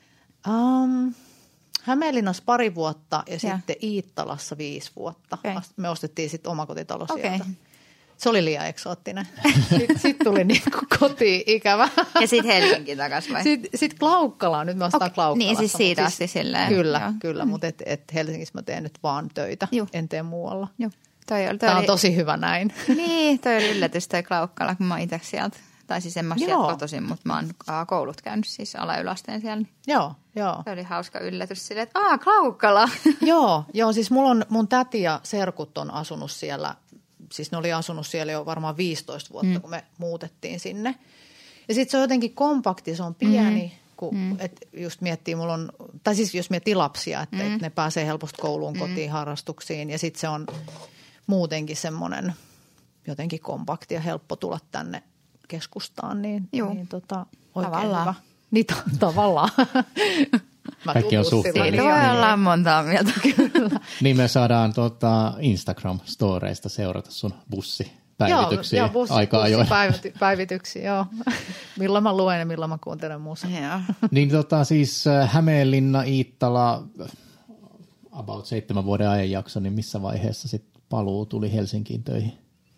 Um, Hämeenlinnassa pari vuotta ja, ja sitten Iittalassa viisi vuotta. Okay. Me ostettiin sitten omakotitalo okay. sieltä. Se oli liian eksoottinen. Sitten sit tuli niinku kotiin ikävä. Ja sitten Helsinki takaisin vai? Sitten sit Klaukkalaan. Nyt me ostetaan okay. Klaukkalassa. Niin siis siitä asti siis, silleen. Kyllä, joo. kyllä. Mutta et, et Helsingissä mä teen nyt vaan töitä. Juh. En tee muualla. Juh. Toi oli, toi Tämä oli... on tosi hyvä näin. Niin, toi oli yllätys toi Klaukkala, kun mä oon itse sieltä. Tai siis en mä sieltä kotoisin, mutta mä oon koulut käynyt siis ala-yläasteen siellä. Joo, joo. Se oli hauska yllätys silleen, että aah, Klaukkala. Joo, joo, siis mulla on, mun täti ja serkut on asunut siellä, siis ne oli asunut siellä jo varmaan viisitoista vuotta, mm. kun me muutettiin sinne. Ja sitten se on jotenkin kompakti, se on pieni, mm-hmm. kun mm. et just miettii, mulla on, tai siis jos miettii lapsia, että mm. et ne pääsee helposti kouluun, mm. kotiin, harrastuksiin ja sitten se on muutenkin semmoinen jotenkin kompakti ja helppo tulla tänne keskustaan, niin, niin tota, oikein tavallaan. Hyvä. Niin ta- tavallaan. Kaikki on suhteellista. Siitä voi olla montaa mieltä kyllä. Niin me saadaan tota Instagram-storeista seurata sun bussipäivityksiä joo, bussi, aika ajoin. Päivity, päivityksiä, joo. Milloin mä luen ja milloin mä kuuntelen musaa. Niin tota siis Hämeenlinna, Iittala, about seitsemän vuoden ajanjakso, niin missä vaiheessa sitten paluu tuli Helsinkiin töihin?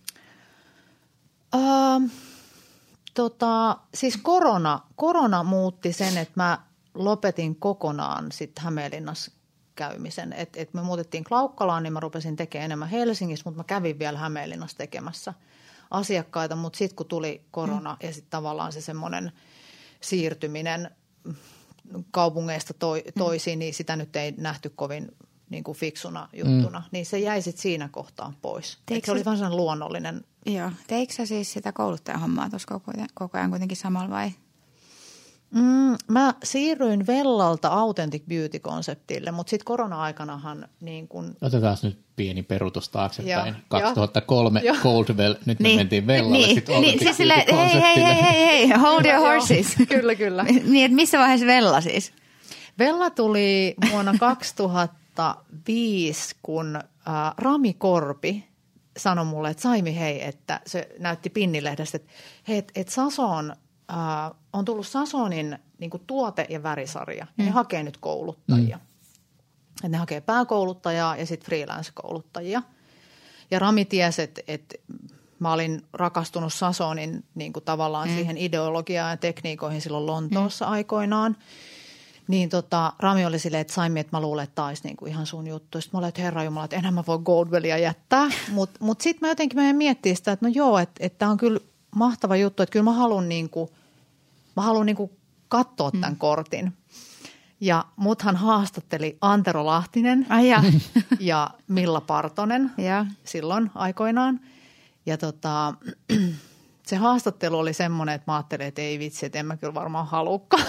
Uh, tota, siis korona, korona muutti sen, että mä lopetin kokonaan sitten Hämeenlinnassa käymisen. Että et me muutettiin Klaukkalaan, niin mä rupesin tekemään enemmän Helsingissä, mutta mä kävin vielä Hämeenlinnassa tekemässä asiakkaita. Mutta sitten kun tuli korona mm. ja sitten tavallaan se semmoinen siirtyminen kaupungeista toi, toisiin, mm. niin sitä nyt ei nähty kovin niin kuin fiksuna juttuna. Mm. Niin se jäi sitten siinä kohtaan pois. Se oli vaan sellainen luonnollinen. Joo. Teikö sä siis sitä kouluttajan hommaa tuossa koko, koko ajan kuitenkin samalla vai? Mm, mä siirryin Vellalta Authentic Beauty-konseptille, mutta sitten korona-aikanahan niin kun... Otetaan nyt pieni peruutus taaksepäin. Ja, kaksituhattakolme ja. Coldwell, nyt me niin, mentiin Vellalle, niin, sitten Authentic niin, siis Beauty-konseptille. Hei, hei, hei, hei, hold your horses. Kyllä, kyllä. Niin, että missä vaiheessa Vella siis? Vella tuli vuonna kaksituhattaviisi, kun äh, Rami Korpi sanoi mulle, että Saimi, hei, että se näytti Pinnilehdestä, että hei, että et Sason... Uh, on tullut Sasonin niin kuin tuote- ja värisarja, ja mm. ne hakee nyt kouluttajia. Mm. Et ne hakee pääkouluttajaa ja sitten freelance-kouluttajia. Ja Rami tiesi, että, että mä olin rakastunut Sasonin niin kuin tavallaan mm. siihen ideologiaan ja tekniikoihin silloin Lontoossa mm. aikoinaan. Niin tota, Rami oli silleen, että Saimi, että mä luulen, että tämä olisi niin kuin ihan sun juttu. Sitten mä olin, että herra jumala, että enhän mä voi Goldwellia jättää. Mutta mut sitten mä jotenkin mä miettii sitä, että no joo, että tämä on kyllä mahtava juttu, että kyllä mä haluan niin kuin Mä haluan niinku katsoa tämän mm. kortin. Ja muthan haastatteli Antero Lahtinen Ai ja. ja Milla Partonen ja. silloin aikoinaan. Ja tota, se haastattelu oli semmoinen, että mä ajattelin, että ei vitsi, että en mä kyllä varmaan halukkaan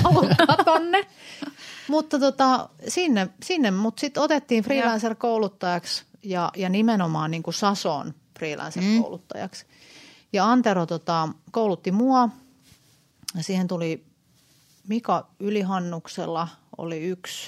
tonne. Mutta tota, sinne, sinne mut sitten otettiin freelancer-kouluttajaksi ja, ja nimenomaan niinku Sason freelancer-kouluttajaksi. Mm. Ja Antero tota, koulutti mua. Ja siihen tuli Mika Ylihannuksella oli yksi.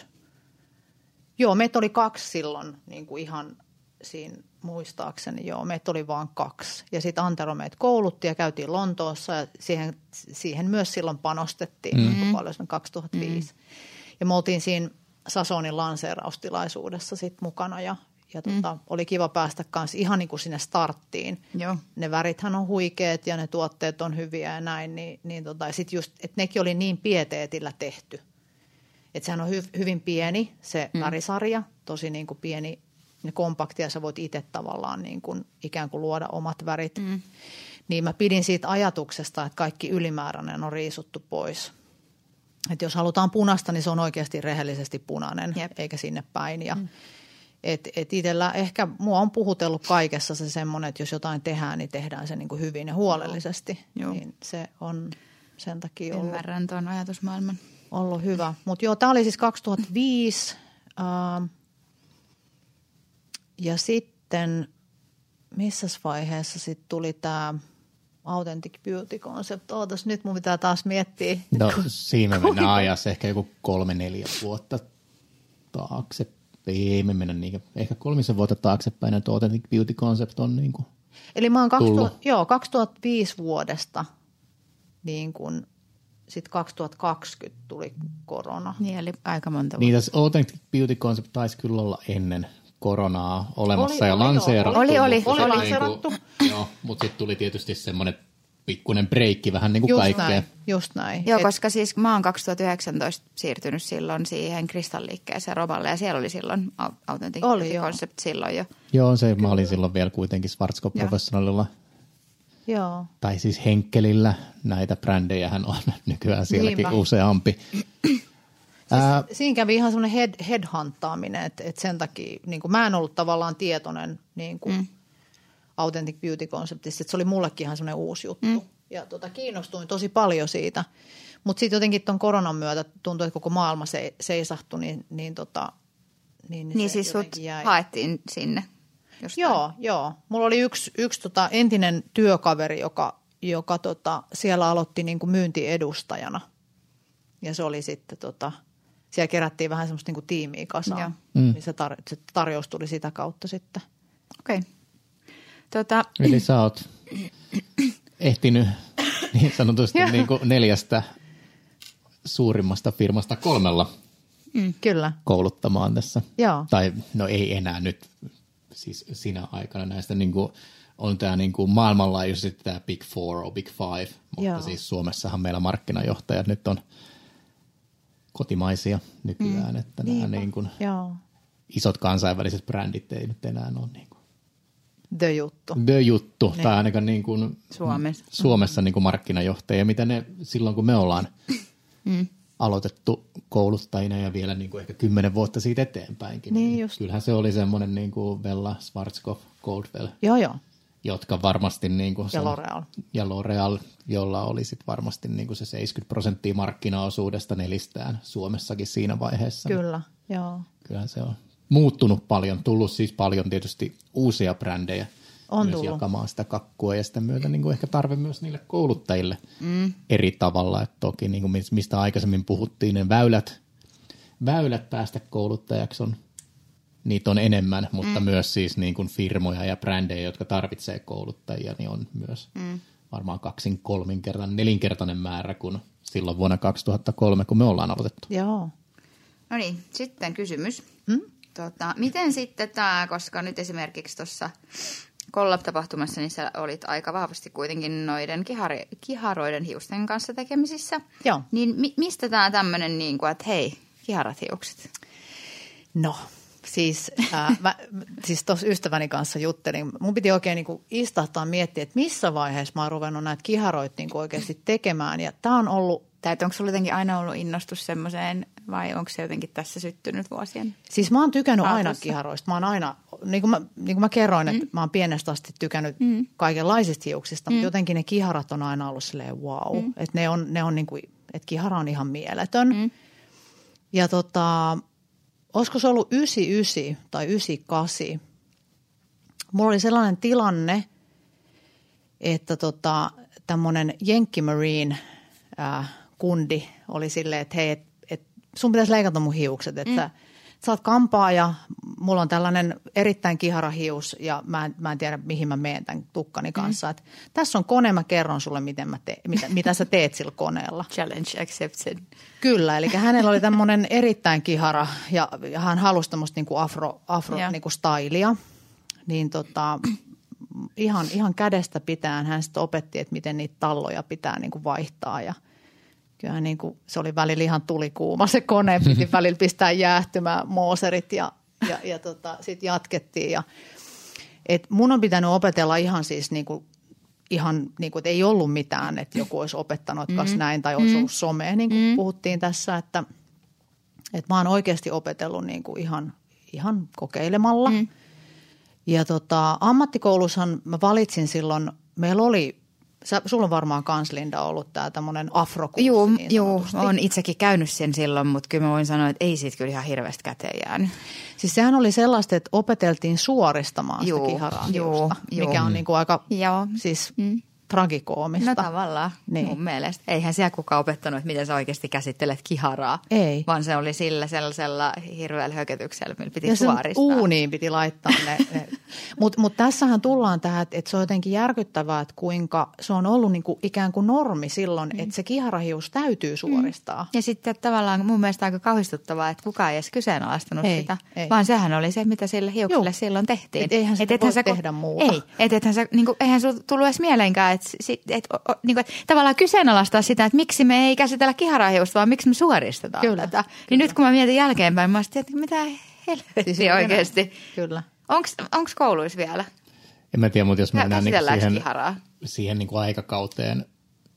Joo, meitä oli kaksi silloin niin kuin ihan siinä muistaakseni. Joo, meitä oli vaan kaksi. Ja sitten Antero meitä koulutti ja käytiin Lontoossa ja siihen, siihen myös silloin panostettiin mm-hmm. niin paljon kaksituhattaviisi. Mm-hmm. Ja me oltiin siinä Sasonin lanseeraustilaisuudessa sitten mukana ja Ja tota, mm. oli kiva päästä kanssa ihan niin kuin sinne starttiin. Joo. Ne värithän on huikeat ja ne tuotteet on hyviä ja näin. Niin, niin tota, ja sitten just, että nekin oli niin pieteetillä tehty. Että sehän on hy, hyvin pieni se mm. värisarja, tosi niin kuin pieni ja kompakti ja sä voit itse tavallaan niin kuin ikään kuin luoda omat värit. Mm. Niin mä pidin siitä ajatuksesta, että kaikki ylimääräinen on riisuttu pois. Että jos halutaan punaista, niin se on oikeasti rehellisesti punainen, Jep. eikä sinne päin ja mm. Että et itsellä ehkä mua on puhutellut kaikessa se semmoinen, että jos jotain tehdään, niin tehdään se niin kuin hyvin ja huolellisesti. Joo. Niin se on sen takia ollut. Ymmärrän tuon ajatusmaailman. Ollut hyvä. Mutta joo, tämä oli siis kaksituhattaviisi. Ähm, ja sitten missäs vaiheessa sitten tuli tämä Authentic Beauty Concept? Ootas, nyt mun pitää taas miettiä. No siinä me mennään ajassa ehkä joku kolme, neljä vuotta taakse. Ei me mennä niin, ehkä kolmisen vuotta taaksepäin, että Authentic Beauty Concept on niin kuin Eli mä oon kaksituhatta, joo, kaksituhattaviisi vuodesta, niin kuin sitten kaksituhattakaksikymmentä tuli korona. Niin, eli aika monta vuotta. Niin tässä Authentic Beauty Concept taisi kyllä olla ennen koronaa olemassa oli, ja lanseerattu. Oli, oli, oli, oli lanseerattu. Niin kuin, joo, mutta sitten tuli tietysti semmoinen pikkuinen breikki vähän niin kuin just kaikkea. Näin, just näin. Joo, Et, koska siis mä oon kaksituhattayhdeksäntoista siirtynyt silloin siihen Kristalliikkeeseen Roballe ja siellä oli silloin Authentic Concept silloin jo. Joo, se mä olin silloin vielä kuitenkin Schwarzkopf Professionalilla. Joo. Tai siis Henkelillä. Näitä brändejähän on nykyään sielläkin Niinpä. useampi. Siis Ää, siinä kävi ihan semmoinen head, headhunttaaminen, että, että sen takia niin kuin mä en ollut tavallaan tietoinen niin kuin mm. Authentic Beauty-konseptista. Se oli mullekin ihan semmoinen uusi juttu. Mm. Ja tota, kiinnostuin tosi paljon siitä. Mutta sitten jotenkin tuon koronan myötä tuntui, että koko maailma se, seisahtui, niin, niin, tota, niin, niin siis sut jäi. Haettiin sinne jostain. Joo, joo. Mulla oli yksi, yksi tota, entinen työkaveri, joka, joka tota, siellä aloitti niin kuin myyntiedustajana. Ja se oli sitten, tota, siellä kerättiin vähän semmoista niin kuin tiimiä kasaan, mm. niin se, tar- se tarjous tuli sitä kautta sitten. Okei. Okay. Tota. Eli sä oot ehtinyt niin sanotusti niin kuin neljästä suurimmasta firmasta kolmella mm, kyllä. kouluttamaan tässä. Joo. Tai no ei enää nyt, siis siinä aikana näistä niin kuin, on tämä niin kuin maailmanlaajuisesti tämä Big Four or Big Five, mutta Joo. siis Suomessahan meillä markkinajohtajat nyt on kotimaisia nykyään, mm, että nämä niin kuin isot kansainväliset brändit ei nyt enää ole niin kuin The juttu. The juttu, niin. Tai ainakaan niin kuin Suomessa, Suomessa niin kuin markkinajohtajia, mitä ne silloin kun me ollaan mm. aloitettu kouluttajina ja vielä niin kuin ehkä kymmenen vuotta siitä eteenpäinkin. Niin just. Kyllähän se oli semmoinen niin kuin Bella, Schwarzkopf, Goldwell, joo, joo. jotka varmasti niin kuin ja L'Oreal. Ja L'Oreal, jolla oli sit varmasti niin kuin se seitsemänkymmentä prosenttia markkinaosuudesta nelistään Suomessakin siinä vaiheessa. Kyllä, joo. Kyllähän se on muuttunut paljon, tullut siis paljon tietysti uusia brändejä on myös tullut jakamaan sitä kakkua ja sitä myötä niin kuin ehkä tarve myös niille kouluttajille mm. eri tavalla. Että toki niin kuin mistä aikaisemmin puhuttiin, ne väylät, väylät päästä kouluttajaksi on, niitä on enemmän, mutta mm. myös siis niin kuin firmoja ja brändejä, jotka tarvitsee kouluttajia, niin on myös mm. varmaan kaksin, kolminkertainen, nelinkertainen määrä kuin silloin vuonna kaksituhattakolme, kun me ollaan aloitettu. Joo. No niin, sitten kysymys. Hmm? Tota, miten sitten tämä, koska nyt esimerkiksi tuossa Collab-tapahtumassa niin sä olit aika vahvasti kuitenkin noiden kihari, kiharoiden hiusten kanssa tekemisissä. Joo. Niin mi, mistä tämä tämmöinen, niin kuin, että hei, kiharat hiukset? No, siis, äh, mä, siis tuossa ystäväni kanssa juttelin. Mun piti oikein niin kuin istahtaa miettiä, että missä vaiheessa mä oon ruvennut näitä kiharoita niin kuin oikeasti tekemään. Ja tää on ollut... Tai onko sulla jotenkin aina ollut innostus semmoiseen vai onko se jotenkin tässä syttynyt vuosien? Siis mä oon tykännyt aina kiharoista. Mä oon aina, niin kuin mä, niin kuin mä kerroin, että mm. mä oon pienestä asti tykännyt mm. kaikenlaisista hiuksista, mm. mutta jotenkin ne kiharat on aina ollut silleen wow. Mm. Että ne on, ne on niin kuin, että kihara on ihan mieletön. Mm. Ja tota, olisiko se ollut yhdeksänkymmentäyhdeksän tai yhdeksänkymmentäkahdeksan? Mulla oli sellainen tilanne, että tota, tämmöinen Yankee Marine äh, kundi oli silleen, että hei, et, et sun pitäisi leikata mun hiukset, että mm. sä oot kampaaja, mulla on tällainen erittäin kihara hius ja mä en, mä en tiedä mihin mä menen tämän tukkani kanssa. Mm. Et tässä on kone, mä kerron sulle miten mä te, mitä, mitä sä teet sillä koneella. Challenge accepted. Kyllä, eli hänellä oli tämmöinen erittäin kihara ja, ja hän halusi tämmöistä niinku afro, afro yeah. niinku stylia, niin tota... Ihan, ihan kädestä pitäen hän sitten opetti, että miten niitä talloja pitää niin kuin vaihtaa ja kyllähän niin kuin, se oli välillä ihan tulikuuma se kone, piti välillä pistää jäähtymään mooserit ja, ja, ja tota, sitten jatkettiin. Ja, et mun on pitänyt opetella ihan siis niin kuin, ihan niin kuin, että ei ollut mitään, että joku olisi opettanut kas mm. näin tai olisi ollut somea, niin kuin mm. puhuttiin tässä, että, että mä oon oikeasti opetellut niin kuin ihan, ihan kokeilemalla. Mm. Ja tota, ammattikoulussahan mä valitsin silloin, meillä oli, sä, sulla on varmaan kans Linda ollut tää tämmönen afrokurssi. Joo, niin joo, olen itsekin käynyt sen silloin, mutta kyllä mä voin sanoa, että ei siitä kyllä ihan hirveästi käteen jäänyt. Siis sehän oli sellaista, että opeteltiin suoristamaan joo, sitä kiharaa hiusta, mikä on niinku aika joo. siis mm. tragikoomista. No tavallaan niin. Mun mielestä. Eihän siellä kukaan opettanut, että miten sä oikeasti käsittelet kiharaa. Ei. Vaan se oli sillä sellaisella hirveällä hökötyksellä, millä piti ja suoristaa. Uuniin piti laittaa ne. ne. Mutta mut tässähän tullaan tähän, että et se on jotenkin järkyttävää, että kuinka se on ollut niinku ikään kuin normi silloin, mm. että se kiharahius täytyy suoristaa. Mm. Ja sitten tavallaan mun mielestä aika kauhistuttavaa, että kukaan ei edes kyseenalaistanut ei, sitä. Ei. Vaan sehän oli se, mitä sille hiukselle silloin tehtiin. Et eihän sitä et voi tehdä muuta. Ei, et ethän sä, niinku, eihän sulla tullut edes mieleenkään, että et, et, niinku, et, tavallaan kyseenalaistaa sitä, että miksi me ei käsitellä kiharahiusta, vaan miksi me suoristetaan kyllä, tätä. Kyllä. Niin nyt kun mä mietin jälkeenpäin, mä olisin, että mitä helvettiä siis oikeasti. Kyllä. Onko kouluissa vielä? En mä tiedä, mutta jos mennään niin siihen, kiharaa? siihen niin kuin aikakauteen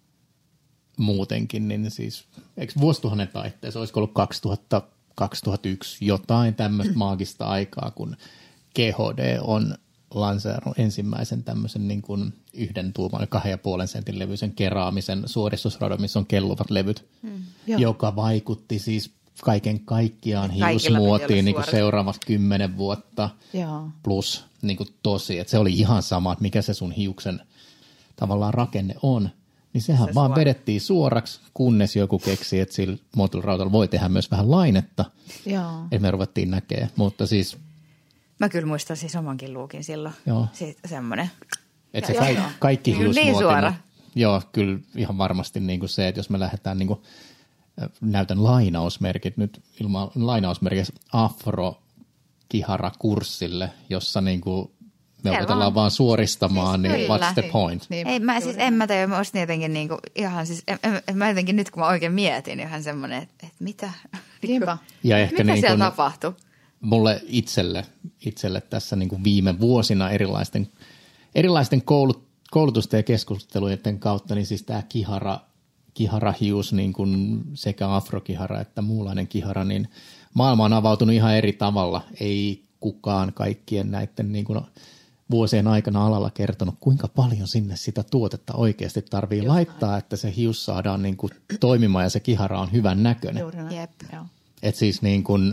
muutenkin, niin siis eikö vuosituhannen taitteessa, olisiko ollut kaksituhatta kaksituhattayksi jotain tämmöistä maagista aikaa, kun G H D on lanseerannut ensimmäisen tämmöisen niin kuin yhden tuuman, kahden ja puolen sentin levyisen keraamisen suoristusradon, missä on kelluvat levyt, mm. joka vaikutti siis kaiken kaikkiaan hiusmuotiin niin kuin seuraavat kymmenen vuotta Joo. plus niin kuin tosi. Että se oli ihan sama, että mikä se sun hiuksen tavallaan rakenne on. Niin sehän se vaan suora. vedettiin suoraksi, kunnes joku keksi, että sillä muotoilurautalla voi tehdä myös vähän lainetta. Joo. Että me ruvettiin näkemään, mutta siis... Mä kyllä muistan siis omankin luukin silloin. Joo. Sitten semmoinen. Että se ka- kaikki hiusmuoti... Niin suora. Joo, kyllä ihan varmasti niin kuin se, että jos me lähdetään niin kuin, näytän lainausmerkit nyt ilman lainausmerkissä afro-kihara-kurssille, jossa niin kuin me opetellaan vaan suoristamaan, siis niin what's the point? Niin, ei, mä, siis en mä tiedä, mä ostin jotenkin niin kuin, ihan siis, en, en, mä jotenkin nyt kun mä oikein mietin, ihan semmoinen, että, että mitä, ja ehkä mitä niin siellä kuin, tapahtui? Mulle itselle, itselle tässä niin kuin viime vuosina erilaisten, erilaisten koulut, koulutusten ja keskustelujen kautta, niin siis tämä kihara, kiharahius, niin kuin sekä afrokihara että muunlainen kihara, niin maailma on avautunut ihan eri tavalla. Ei kukaan kaikkien näiden niin kuin vuosien aikana alalla kertonut, kuinka paljon sinne sitä tuotetta oikeasti tarvii Just laittaa, näin. Että se hius saadaan niin kuin toimimaan ja se kihara on hyvän näköinen. Jep. Et siis niin kuin,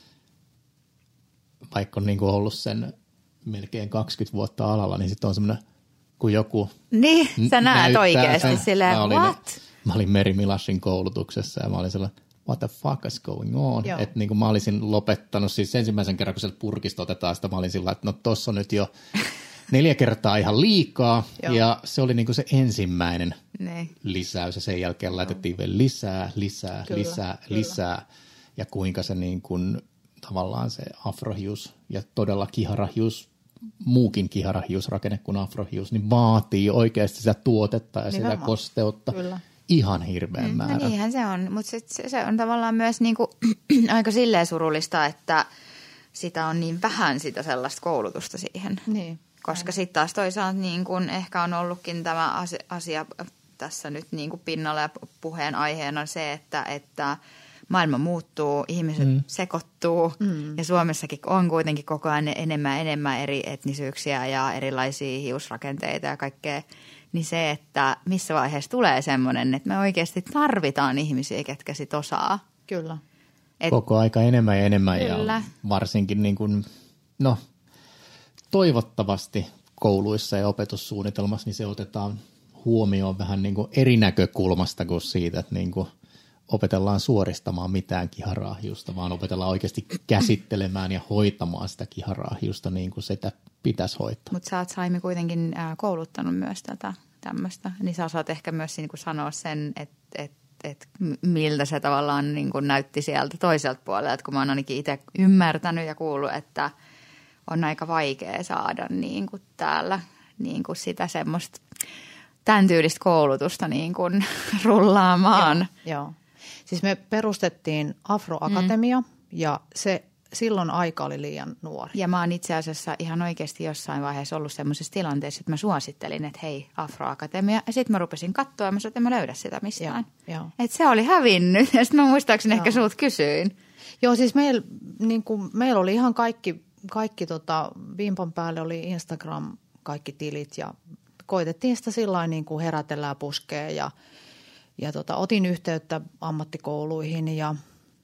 vaikka on niin kuin ollut sen melkein kaksikymmentä vuotta alalla, niin sitten on semmoinen, kun joku Niin, sä näet oikeasti sen. Silleen, mä olin, what? Mä olin Meri Milashin koulutuksessa ja mä olin sellainen, what the fuck is going on? Että niin kuin mä olisin lopettanut, siis ensimmäisen kerran, kun sieltä purkista otetaan sitä, mä olin sillä, että no tossa on nyt jo neljä kertaa ihan liikaa. Ja se oli niin kuin se ensimmäinen ne. lisäys ja sen jälkeen laitettiin vielä lisää, lisää, kyllä, lisää, kyllä. lisää. Ja kuinka se niin kuin tavallaan se afrohius ja todella kiharahius, muukin kiharahiusrakenne kuin afrohius, niin vaatii oikeasti sitä tuotetta ja Nimenomaan. sitä kosteutta. Kyllä. Ihan hirveän mm, määrä. No niinhän se on, mutta se, se on tavallaan myös niinku, aika silleen surullista, että sitä on niin vähän sitä sellaista koulutusta siihen. Niin. Koska sitten taas toisaalta niin kun ehkä on ollutkin tämä asia tässä nyt niin kuin pinnalla ja puheen aiheena se, että, että maailma muuttuu, ihmiset mm. sekoittuu mm. ja Suomessakin on kuitenkin koko ajan enemmän ja enemmän eri etnisyyksiä ja erilaisia hiusrakenteita ja kaikkea. Niin se, että missä vaiheessa tulee semmoinen, että me oikeasti tarvitaan ihmisiä, ketkä sit osaa. Kyllä. Et, koko aika enemmän ja enemmän kyllä. Ja varsinkin niin kuin, no toivottavasti kouluissa ja opetussuunnitelmassa niin se otetaan huomioon vähän niin kuin eri näkökulmasta kuin siitä, että niin kuin opetellaan suoristamaan mitään kiharaahiusta, vaan opetellaan oikeasti käsittelemään ja hoitamaan sitä kiharaahiusta niin kuin sitä pitäisi hoitaa. Mutta sä oot Saimi kuitenkin kouluttanut myös tätä tämmöistä, niin sä osaat ehkä myös niin kuin sanoa sen, että et, et miltä se tavallaan niin kuin näytti sieltä toiselta puolelta, kun mä oon ainakin itse ymmärtänyt ja kuullut, että on aika vaikea saada niin kuin täällä niin kuin sitä semmoista tämän tyylistä koulutusta niin kuin rullaamaan. Joo, joo. Siis me perustettiin Afroakatemia mm. ja se silloin aika oli liian nuori. Ja mä oon itse asiassa ihan oikeasti jossain vaiheessa ollut semmoisessa tilanteessa, että mä suosittelin, että hei, Afroakatemia. Ja sitten mä rupesin katsoa ja mä sanoin, että en mä löydä sitä mistään. Että se oli hävinnyt ja sitten mä muistaakseni joo. ehkä sulta kysyin. Joo, siis meillä niin kuin, meil oli ihan kaikki, kaikki tota, vimpan päälle oli Instagram, kaikki tilit ja koitettiin sitä sillain niin kuin herätellään puskea ja, ja tota, otin yhteyttä ammattikouluihin ja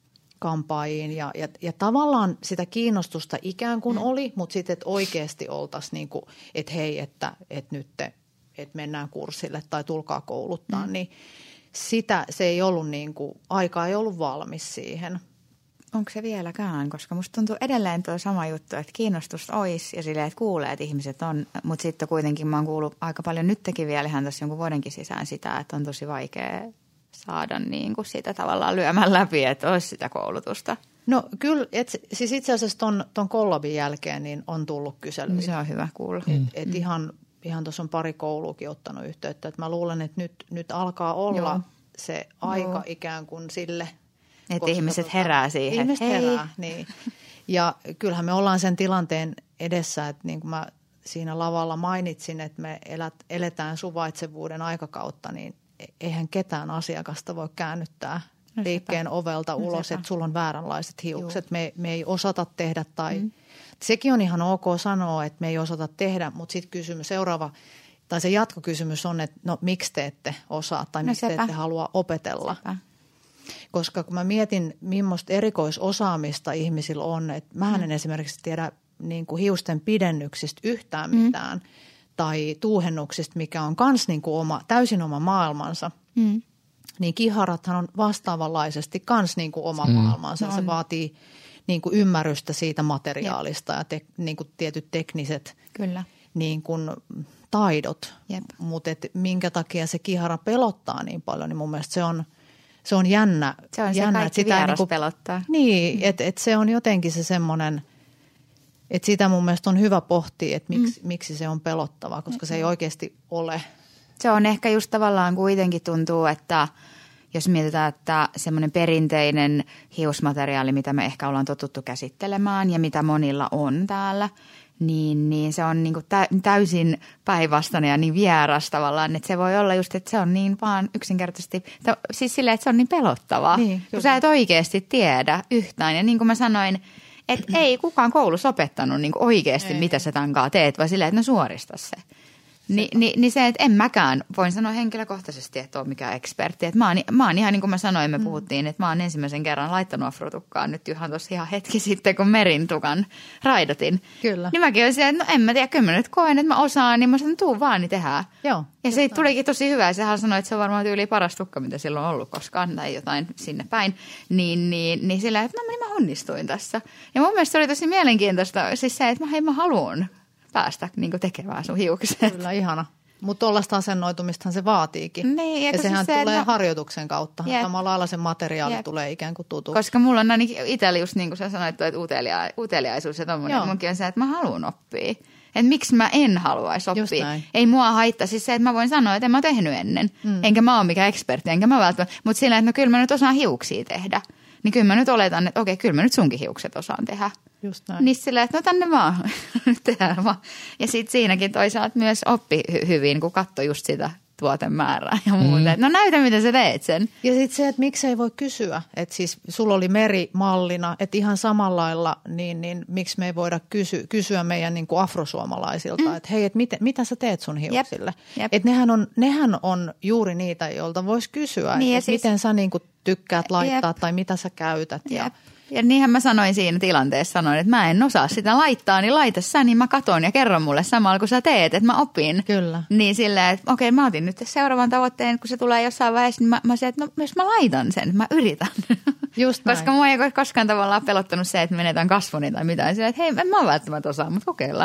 kampaajiin ja, ja, ja tavallaan sitä kiinnostusta ikään kuin mm. oli, mutta sitten, että oikeasti oltaisiin niin kuin, että hei, että, että nyt te, että mennään kurssille tai tulkaa kouluttaa, mm. niin sitä se ei ollut niin kuin, aika ei ollut valmis siihen. Onko se vieläkään, koska musta tuntuu edelleen tuo sama juttu, että kiinnostusta olisi ja silleen, että kuulee, että ihmiset on, mutta sitten kuitenkin mä oon kuullut aika paljon nytkin vielä ihan tässä jonkun vuodenkin sisään sitä, että on tosi vaikea saada niin kuin sitä tavallaan lyömään läpi, että olisi sitä koulutusta. No kyllä, et, siis itse asiassa ton, ton kollabin jälkeen niin on tullut kyselyitä. No, se on hyvä kuulla. Mm. Et, et ihan, ihan tuossa on pari kouluakin ottanut yhteyttä, että mä luulen, että nyt, nyt alkaa olla Joo. se aika Joo. ikään kuin sille. Että ihmiset tota, herää siihen. Ihmiset Hei. herää, niin. Ja kyllähän me ollaan sen tilanteen edessä, että niin kuin mä siinä lavalla mainitsin, että me elät, eletään suvaitsevuuden aikakautta, niin eihän ketään asiakasta voi käännyttää no liikkeen ovelta no ulos, sepä. Että sulla on vääränlaiset hiukset. Me, me ei osata tehdä tai mm. Sekin on ihan ok sanoa, että me ei osata tehdä, mutta sitten kysymys seuraava, tai se jatkokysymys on, että no miksi te ette osaa tai miksi no te ette halua opetella. Sepä. Koska kun mä mietin, millaista erikoisosaamista ihmisillä on, että mähän en mm. esimerkiksi tiedä niin kuin hiusten pidennyksistä yhtään mitään mm. tai tuuhennuksista, mikä on kans niin kuin oma, täysin oma maailmansa. Mm. Niin kiharathan on vastaavanlaisesti kans niin kuin oma mm. maailmansa. No se vaatii niin kuin ymmärrystä siitä materiaalista Jep. ja te, niin kuin tietyt tekniset Kyllä. Niin kuin taidot. Mutta minkä takia se kihara pelottaa niin paljon, niin mun mielestä se on, se on jännä. Se on jännä, se kaikki vieras niin kuin, pelottaa. Niin, mm. että et se on jotenkin se semmoinen, että sitä mun mielestä on hyvä pohtia, että miksi, mm. miksi se on pelottavaa, koska se ei oikeasti ole. Se on ehkä just tavallaan kuitenkin tuntuu, että jos mietitään, että semmoinen perinteinen hiusmateriaali, mitä me ehkä ollaan totuttu käsittelemään ja mitä monilla on täällä, niin, niin se on niin kuin täysin päinvastainen ja niin vieras tavallaan, että se voi olla just, että se on niin vaan yksinkertaisesti, siis silleen, että se on niin pelottavaa, niin, kun sä et oikeasti tiedä yhtään. Ja niin kuin mä sanoin, että ei kukaan koulussa opettanut niin kuin oikeasti, ei. mitä sä tankaa teet, vaan silleen, että no suorista se. Ni, ni, niin se, että en mäkään, voin sanoa henkilökohtaisesti, että ole mikään ekspertti. Että mä, oon, mä oon ihan niin kuin mä sanoin, me mm. puhuttiin, että mä oon ensimmäisen kerran laittanut afrotukkaan nyt ihan tuossa ihan hetki sitten, kun merintukan raidotin. Kyllä. Niin mäkin olisin, että no en mä tiedä, kyllä mä nyt koen, että mä osaan, niin mä sanon, tuu vaan, niin tehdään. Joo. Ja se tulikin tosi hyvä. Sehän sanoi, että se on varmaan tyyli paras tukka, mitä silloin on ollut koskaan, tai jotain sinne päin. Niin, niin, niin sillä, että no niin mä onnistuin tässä. Ja mun mielestä se oli tosi mielenkiintoista, siis se, että mä, hei mä haluan päästä niin kuin tekemään sun hiukset. Kyllä, ihana. Mutta tuollaista asennoitumistahan se vaatiikin. Niin, ja, ja sehän se, tulee no, harjoituksen kautta. Yep. Samalla lailla se materiaali yep. tulee ikään kuin tutuksi. Koska mulla on ainakin itsellä just niin kuin sä sanoit, että utelia, uteliaisuus ja tommoinen. Munkin on se, että mä haluan oppia. Että miksi mä en haluaisi oppia. Ei mua haittaa. Siis se, että mä voin sanoa, että en mä ole tehnyt ennen. Mm. Enkä mä ole mikään ekspertti, enkä mä välttämättä. Mutta sillä, että no kyllä mä nyt osaan hiuksia tehdä. Niin kyllä mä nyt oletan, että okei, kyllä mä nyt sunkin hiukset osaan tehdä. Just näin. Niin silleen, että no tänne vaan, tehdään vaan. Ja sitten siinäkin toisaalta myös oppi hy- hyvin, kun katsoi just sitä tuotemäärää ja muuta. Mm. No näytä, miten sä teet sen. Ja sitten se, että miksei voi kysyä. Että siis sulla oli meri mallina, että ihan samalla lailla, niin, niin miksi me ei voida kysy- kysyä meidän niin kuin afrosuomalaisilta, mm. että hei, että mit, mitä sä teet sun hiuksille. Että nehän on, nehän on juuri niitä, joilta voisi kysyä, niin että siis, miten sä niin kuin tykkäät laittaa Jep. tai mitä sä käytät. Jep. Ja Ja niinhän mä sanoin siinä tilanteessa, sanoin, että mä en osaa sitä laittaa, niin laita sä, niin mä katon ja kerron mulle samalla, kun sä teet, että mä opin. Kyllä. Niin silleen, että okei, mä otin nyt seuraavan tavoitteen, kun se tulee jossain vaiheessa, niin mä, mä sanoin, että no jos mä laitan sen, mä yritän. Just näin. Koska mua ei ole koskaan tavallaan pelottanut se, että menetään kasvoni tai mitään. Silleen, että hei, en mä välttämättä osaa, mutta kokeillaan.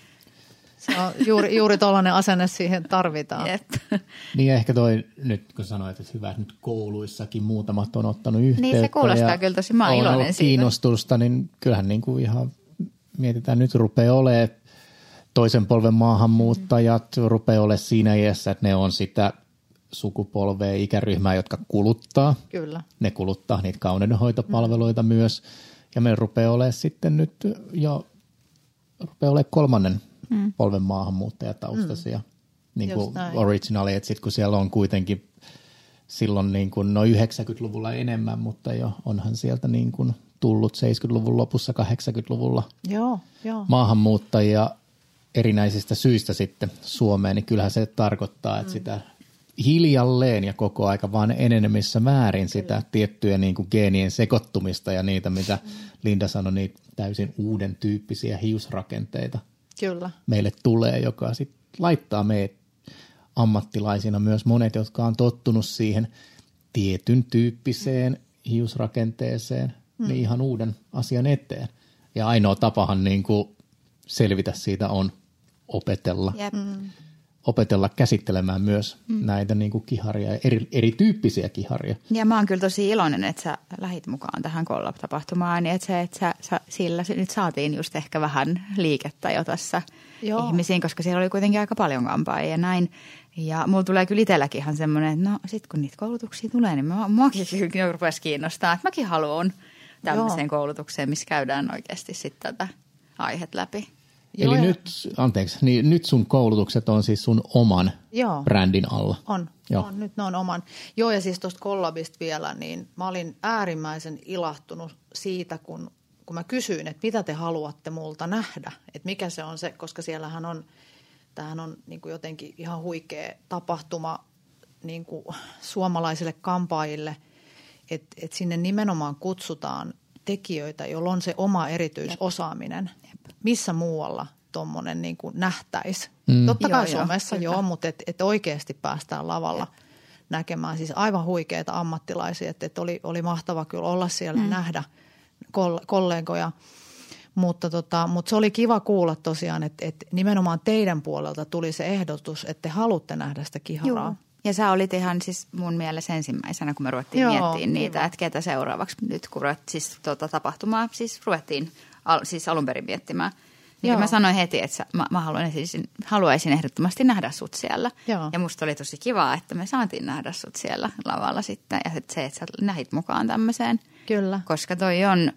Se on juuri, juuri tollainen asenne siihen tarvitaan. Jep. Niin ehkä toi nyt, kun sanoit, että hyvä, että nyt kouluissakin muutamat on ottanut yhteyttä. Niin se kuulostaa kyllä tosi, mä oon iloinen siitä. Kiinnostusta, niin kyllähän niin kuin ihan mietitään, nyt rupeaa olemaan toisen polven maahanmuuttajat, mm. rupeaa olemaan siinä iässä, että ne on sitä sukupolvea, ikäryhmää, jotka kuluttaa. Kyllä. Ne kuluttaa niitä kauneudenhoitopalveluita mm. myös. Ja me rupeaa olemaan sitten nyt jo, rupeaa olemaan kolmannen Mm. polven maahanmuuttajataustaisia, mm. niin kuin originaali, että sitten kun siellä on kuitenkin silloin niin kuin no yhdeksänkymmentäluvulla enemmän, mutta jo onhan sieltä niin kuin tullut seitsemänkymmentäluvun lopussa, kahdeksankymmentäluvulla joo, joo. maahanmuuttajia erinäisistä syistä sitten Suomeen, niin kyllähän se tarkoittaa, että mm. sitä hiljalleen ja koko aika vaan enenevissä määrin sitä Kyllä. tiettyjä niin kuin geenien sekoittumista ja niitä, mitä mm. Linda sanoi, niitä täysin uuden tyyppisiä hiusrakenteita. Kyllä. Meille tulee, joka sitten laittaa meidät ammattilaisina myös monet, jotka on tottunut siihen tietyn tyyppiseen hiusrakenteeseen, mm. niin ihan uuden asian eteen. Ja ainoa tapahan niin kuin selvitä siitä on opetella, yep. opetella käsittelemään myös mm. näitä niin kuin kiharia, eri, erityyppisiä kiharia. Ja mä oon kyllä tosi iloinen, että sä lähit mukaan tähän Collab-tapahtumaan, niin että, se, että sä, sä, sillä nyt saatiin just ehkä vähän liikettä jo tässä Joo. ihmisiin, koska siellä oli kuitenkin aika paljon kampaajia ja näin. Ja mulla tulee kyllä itselläkin ihan semmoinen, että no sit kun niitä koulutuksia tulee, niin mä, muakin kyllä rupesi kiinnostaa, että mäkin haluan tämmöiseen Joo. koulutukseen, missä käydään oikeasti sitten tätä aihet läpi. Eli Joo, nyt, anteeksi, niin nyt sun koulutukset on siis sun oman Joo. brändin alla. On, Joo. on, nyt ne on oman. Joo, ja siis tuosta Collabista vielä, niin mä olin äärimmäisen ilahtunut siitä, kun kun mä kysyin, että mitä te haluatte multa nähdä, että mikä se on se, koska siellähän on, tämähän on niin kuin jotenkin ihan huikea tapahtuma niin kuin suomalaisille kampaajille, että, että sinne nimenomaan kutsutaan tekijöitä, joilla on se oma erityisosaaminen, missä muualla tuommoinen niin kuin nähtäisi. Mm. Totta kai joo, Suomessa joo, joo mutta että et oikeasti päästään lavalla Jep. näkemään siis aivan huikeita ammattilaisia, että et oli, oli mahtava kyllä olla siellä mm. nähdä kollegoja, mutta, tota, mutta se oli kiva kuulla tosiaan, että, että nimenomaan teidän puolelta tuli se ehdotus, että te haluatte nähdä sitä kiharaa. Joo. Ja sä olit ihan siis mun mielestä ensimmäisenä, kun me ruvettiin Joo, miettimään niitä, kiva. Että ketä seuraavaksi nyt, kun ruvettiin siis tuota tapahtumaa, siis ruvettiin al, siis alun perin miettimään. Niin mä sanoin heti, että mä, mä haluaisin, haluaisin ehdottomasti nähdä sut siellä. Joo. Ja musta oli tosi kivaa, että me saatiin nähdä sut siellä lavalla sitten. Ja se, että sä nähit mukaan tämmöiseen. Kyllä. Koska toi on,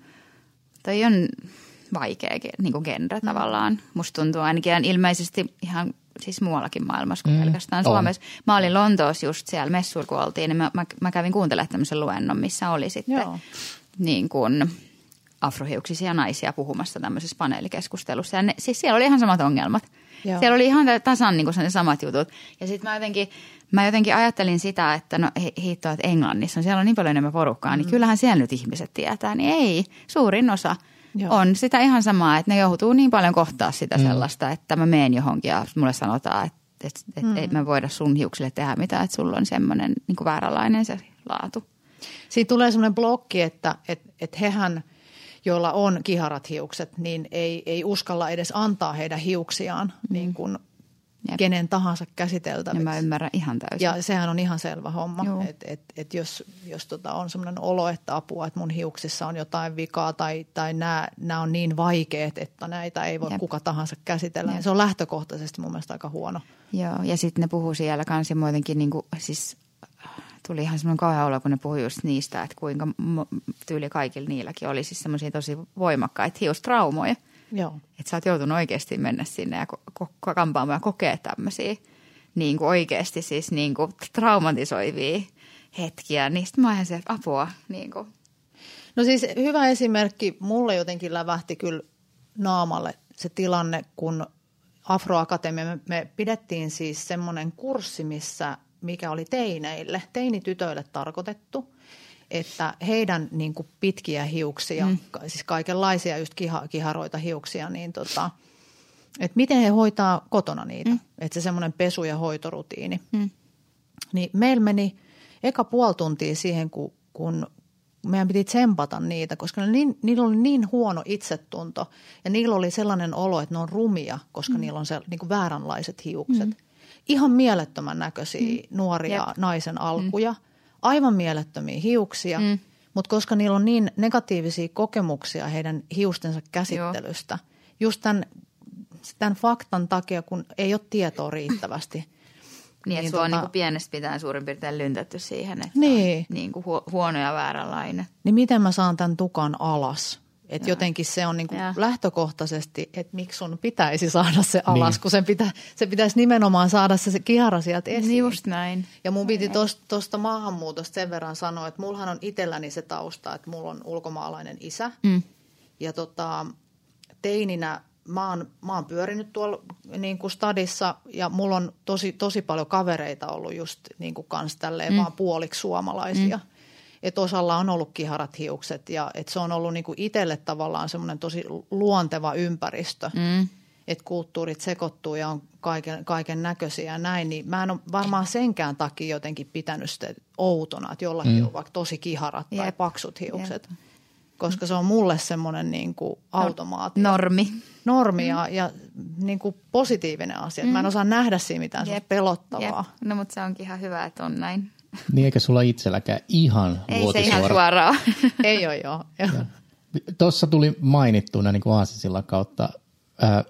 toi on vaikea niin kuin genre mm. tavallaan. Musta tuntuu ainakin ilmeisesti ihan siis muuallakin maailmassa kuin mm. pelkästään Suomessa. On. Mä olin Lontoossa just siellä messuilla, kun oltiin, niin mä, mä, mä kävin kuuntelemaan tämmöisen luennon, missä oli sitten Joo. niin kuin afrohiuksisia naisia puhumassa tämmöisessä paneelikeskustelussa. Ja ne, siis siellä oli ihan samat ongelmat. Joo. Siellä oli ihan tasan niin kuin ne samat jutut. Ja sitten mä jotenkin, mä jotenkin ajattelin sitä, että no hittoa, että Englannissa on, siellä on niin paljon enemmän porukkaa, mm. niin kyllähän siellä nyt ihmiset tietää. Niin ei, suurin osa Joo. on sitä ihan samaa, että ne joutuu niin paljon kohtaa sitä mm. sellaista, että mä menen johonkin ja mulle sanotaan, että, että, että mm. ei me voida sun hiuksille tehdä mitään, että sulla on semmoinen niin kuin vääränlainen se laatu. Siitä tulee semmoinen blokki, että, että, että hehän joilla on kiharat hiukset, niin ei, ei uskalla edes antaa heidän hiuksiaan mm. niin kuin kenen tahansa käsiteltäviksi. Ja mä ymmärrän ihan täysin. Ja sehän on ihan selvä homma, että et, et jos, jos tota on semmoinen olo, että apua, että mun hiuksissa on jotain vikaa tai, tai nämä on niin vaikeat, että näitä ei voi Jep. kuka tahansa käsitellä. Niin se on lähtökohtaisesti mun mielestä aika huono. Joo, ja sitten ne puhuu siellä kanssa muutenkin niin kuin siis tuli ihan semmoinen kauhean olo, kun ne puhui just niistä, että kuinka tyyli kaikilla niilläkin oli siis semmoisia tosi voimakkaita hiustraumoja. Joo. Että sä oot joutunut oikeasti mennä sinne ja ko- ko- kampaamaan ja kokea tämmöisiä niin kuin oikeasti siis niin kuin traumatisoivia hetkiä. Niistä mä oon se apua. Niin kuin. No siis hyvä esimerkki, mulle jotenkin lävähti kyllä naamalle se tilanne, kun Afroakatemia, me, me pidettiin siis semmoinen kurssi, missä mikä oli teineille, teinitytöille tarkoitettu, että heidän niin kuin pitkiä hiuksia, mm. siis kaikenlaisia just kiha, kiharoita hiuksia, niin tota, että miten he hoitaa kotona niitä, mm. että se semmoinen pesu- ja hoitorutiini. Mm. Niin meillä meni eka puoli tuntia siihen, kun, kun meidän piti tsempata niitä, koska ne, niin, niillä oli niin huono itsetunto ja niillä oli sellainen olo, että ne on rumia, koska mm. niillä on se niin kuin vääränlaiset hiukset. Mm. Ihan mielettömän näköisiä mm. nuoria Jep. naisen alkuja, mm. aivan mielettömiä hiuksia, mm. mutta koska niillä on niin negatiivisia kokemuksia heidän hiustensa käsittelystä, Joo. just tämän, tämän faktan takia, kun ei ole tietoa riittävästi. niin, niin että sua tota, on niin pienestä pitäen suurin piirtein lyntätty siihen, että niin. on niin kuin huono ja vääränlainen. Niin miten mä saan tämän tukan alas? Että jotenkin se on niinku lähtökohtaisesti, että miksi sun pitäisi saada se alas, niin. kun sen pitä, se pitäisi nimenomaan saada se, se kihara sieltä esiin. Just näin. Ja mun piti tuosta maahanmuutosta sen verran sanoa, että mullahan on itselläni se tausta, että mulla on ulkomaalainen isä. Mm. Ja tota, teininä mä oon, mä oon pyörinyt tuolla niin kuin stadissa ja mulla on tosi, tosi paljon kavereita ollut just niin kuin kans tälleen mm. vaan puoliksi suomalaisia. Mm. Että osalla on ollut kiharat hiukset ja että se on ollut niinku itselle tavallaan semmoinen tosi luonteva ympäristö, mm. että kulttuurit sekoittuu ja on kaiken, kaiken näköisiä ja näin. Niin mä en ole varmaan senkään takia jotenkin pitänyt sitä outona, että jollakin mm. on vaikka tosi kiharat Jep. tai paksut hiukset, Jep. koska se on mulle semmoinen niinku automaatio. Normi. Normi ja, mm. ja niinku positiivinen asia. Mm. Mä en osaa nähdä siinä mitään Jep. pelottavaa. Jep. No mutta se onkin ihan hyvä, että on näin. Niin eikä sulla itselläkään ihan Ei luotisuora. Se ihan suoraan. Ei ole joo. Tuossa tuli mainittuna niin kuin aasisillan kautta äh,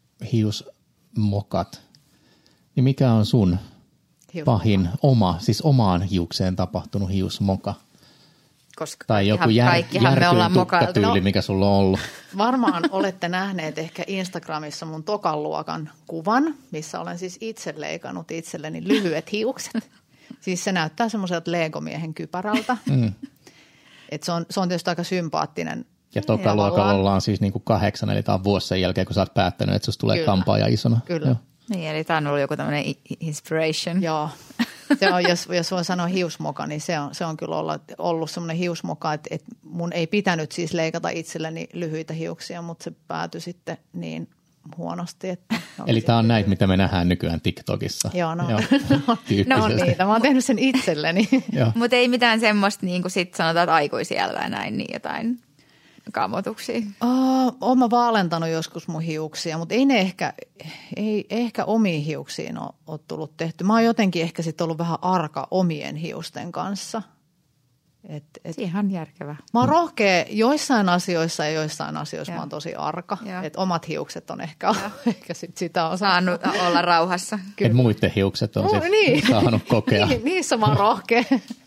hiusmokat. Niin mikä on sun Hiusmoka. pahin oma, siis omaan hiukseen tapahtunut hiusmoka? Koska tai joku jär, järkyyn tukkatyyli, no, mikä sulla on ollut. Varmaan olette nähneet ehkä Instagramissa mun tokan luokan kuvan, missä olen siis itse leikannut itselleni lyhyet hiukset. Siis se näyttää semmoiselta Lego-miehen kypärältä. Mm. Et se, on, se on tietysti aika sympaattinen Ja toka ja luokalla vallaan. ollaan siis niin kuin kahdeksan, eli tämä on vuosi sen jälkeen, kun sä oot päättänyt, että susta tulee Kyllä. kampaaja isona. Kyllä. Joo. Niin, eli tämä on ollut joku tämmöinen inspiration. Joo. Se on, jos, jos voi sanoa hiusmoka, niin se on, se on kyllä ollut, ollut semmoinen hiusmoka, että, että mun ei pitänyt siis leikata itselleni lyhyitä hiuksia, mutta se päätyi sitten niin huonosti. Että Eli tämä on näitä, mitä me nähdään nykyään TikTokissa. Joo, no, Joo, no, no niitä. Mä oon tehnyt sen itselleni. Mutta ei mitään semmoista, niin kuin sit sanotaan, että aikuisiellä ja näin, niin jotain kamotuksia. Oh, oon mä vaalentanut joskus mun hiuksia, mutta ei ne ehkä, ei ehkä omiin hiuksiin ole, ole tullut tehty. Mä oon jotenkin ehkä sitten ollut vähän arka omien hiusten kanssa. Et, et, Ihan järkevä. Mä oon rohkea joissain asioissa ja joissain asioissa ja. Mä oon tosi arka. Ja. Et omat hiukset on ehkä, ehkä sit sitä on saanut olla rauhassa. Että muiden hiukset on Mu- sit niin. saanut kokea. Niin, niissä mä oon rohkea.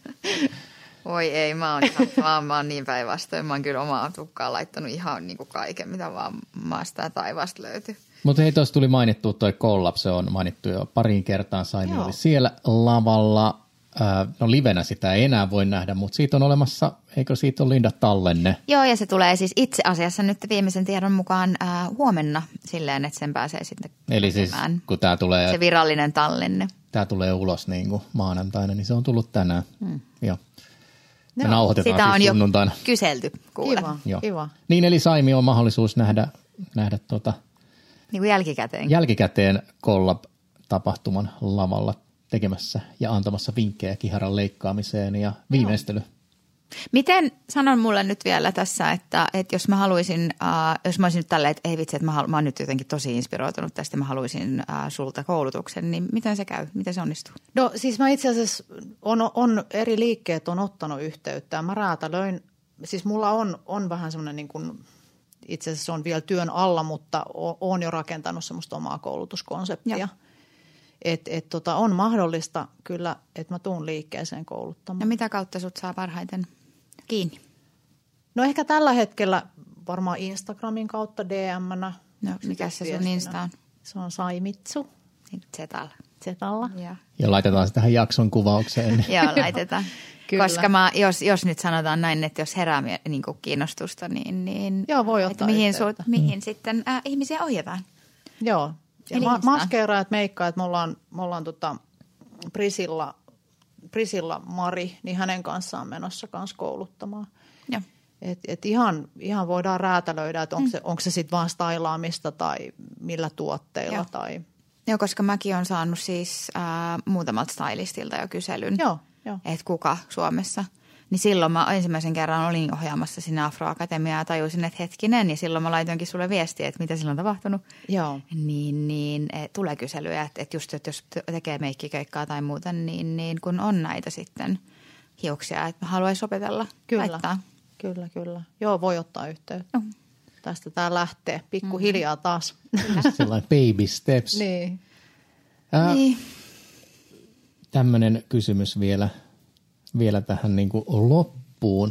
Oi ei, mä oon, ihan, mä oon, mä oon niin päinvastoin. Mä oon kyllä omaa tukkaa laittanut ihan niin kuin kaiken, mitä vaan maasta ja taivaasta löytyy. Mutta hei, tuossa tuli mainittu toi Collab, se on mainittu jo pariin kertaan. Saimi Joo. oli siellä lavalla. Äh, no livenä sitä ei enää voi nähdä, mutta siitä on olemassa, eikö siitä ole Linda tallenne? Joo, ja se tulee siis itse asiassa nyt viimeisen tiedon mukaan äh, huomenna silleen, että sen pääsee sitten Eli siis tekemään. kun tämä tulee, Se virallinen tallenne. tää tulee ulos niin kuin maanantaina, niin se on tullut tänään. Hmm. Joo. Me Joo, nauhoitetaan Sitä on siis jo sunnuntaina. kyselty, kuule. Kiva, Joo. kiva. Niin, eli Saimi on mahdollisuus nähdä, nähdä tuota Niin kuin jälkikäteen. jälkikäteen Collab-tapahtuman lavalla tekemässä ja antamassa vinkkejä kiharan leikkaamiseen ja viimeistely. Miten, sanon mulle nyt vielä tässä, että, että jos mä haluaisin, äh, jos mä olisin nyt tälleen, että ei vitsi, että mä, halu, mä oon nyt jotenkin tosi inspiroitunut tästä, mä haluaisin äh, sulta koulutuksen, niin miten se käy? Miten se onnistuu? No siis mä itse asiassa, on, on eri liikkeet on ottanut yhteyttä. Mä räätälöin, siis mulla on, on vähän semmoinen niin kuin, itse asiassa se on vielä työn alla, mutta oon jo rakentanut semmoista omaa koulutuskonseptia. Että et, tota, on mahdollista kyllä, että mä tuun liikkeeseen kouluttamaan. No mitä kautta sut saa parhaiten kiinni? No ehkä tällä hetkellä varmaan Instagramin kautta D M-nä. No mikä se sun Insta on? Se on Saimitsu. Zetalla. Zetalla. Joo. Ja laitetaan se tähän jakson kuvaukseen. Joo, laitetaan. Koska mä, jos, jos nyt sanotaan näin, että jos herää niin kuin kiinnostusta, niin, niin Joo, voi että ottaa mihin, yhteyttä. sut, mihin sitten äh, ihmisiä ohjataan. Joo. Ja Eli ma- Instaan. maskeeraajat, meikkaajat, me ollaan, me ollaan tota Prisilla, Prisilla Mari, niin hänen kanssaan menossa kanssa kouluttamaan. Joo. Et, et ihan, ihan voidaan räätälöidä, että onko mm. se, onko se sitten vaan stailaamista tai millä tuotteilla. Joo. Tai... Joo, koska mäkin olen saanut siis äh, muutamalta stylistilta jo kyselyn, Joo, joo. että kuka Suomessa. Niin silloin mä ensimmäisen kerran olin ohjaamassa sinne Afro-akatemiaa ja tajusin, että hetkinen. Ja silloin mä laitoinkin sulle viestiä, että mitä silloin on tapahtunut. Joo. Niin, niin et, tulee kyselyjä, että et just, että jos tekee meikkikeikkaa tai muuta, niin, niin kun on näitä sitten hiuksia, että mä haluaisin opetella Kyllä, laittaa. kyllä, kyllä. Joo, voi ottaa yhteyttä. No. Tästä tämä lähtee pikkuhiljaa taas. Sellainen baby steps. niin. Ää, Niin. Tämmöinen kysymys vielä, vielä tähän niin kuin loppuun.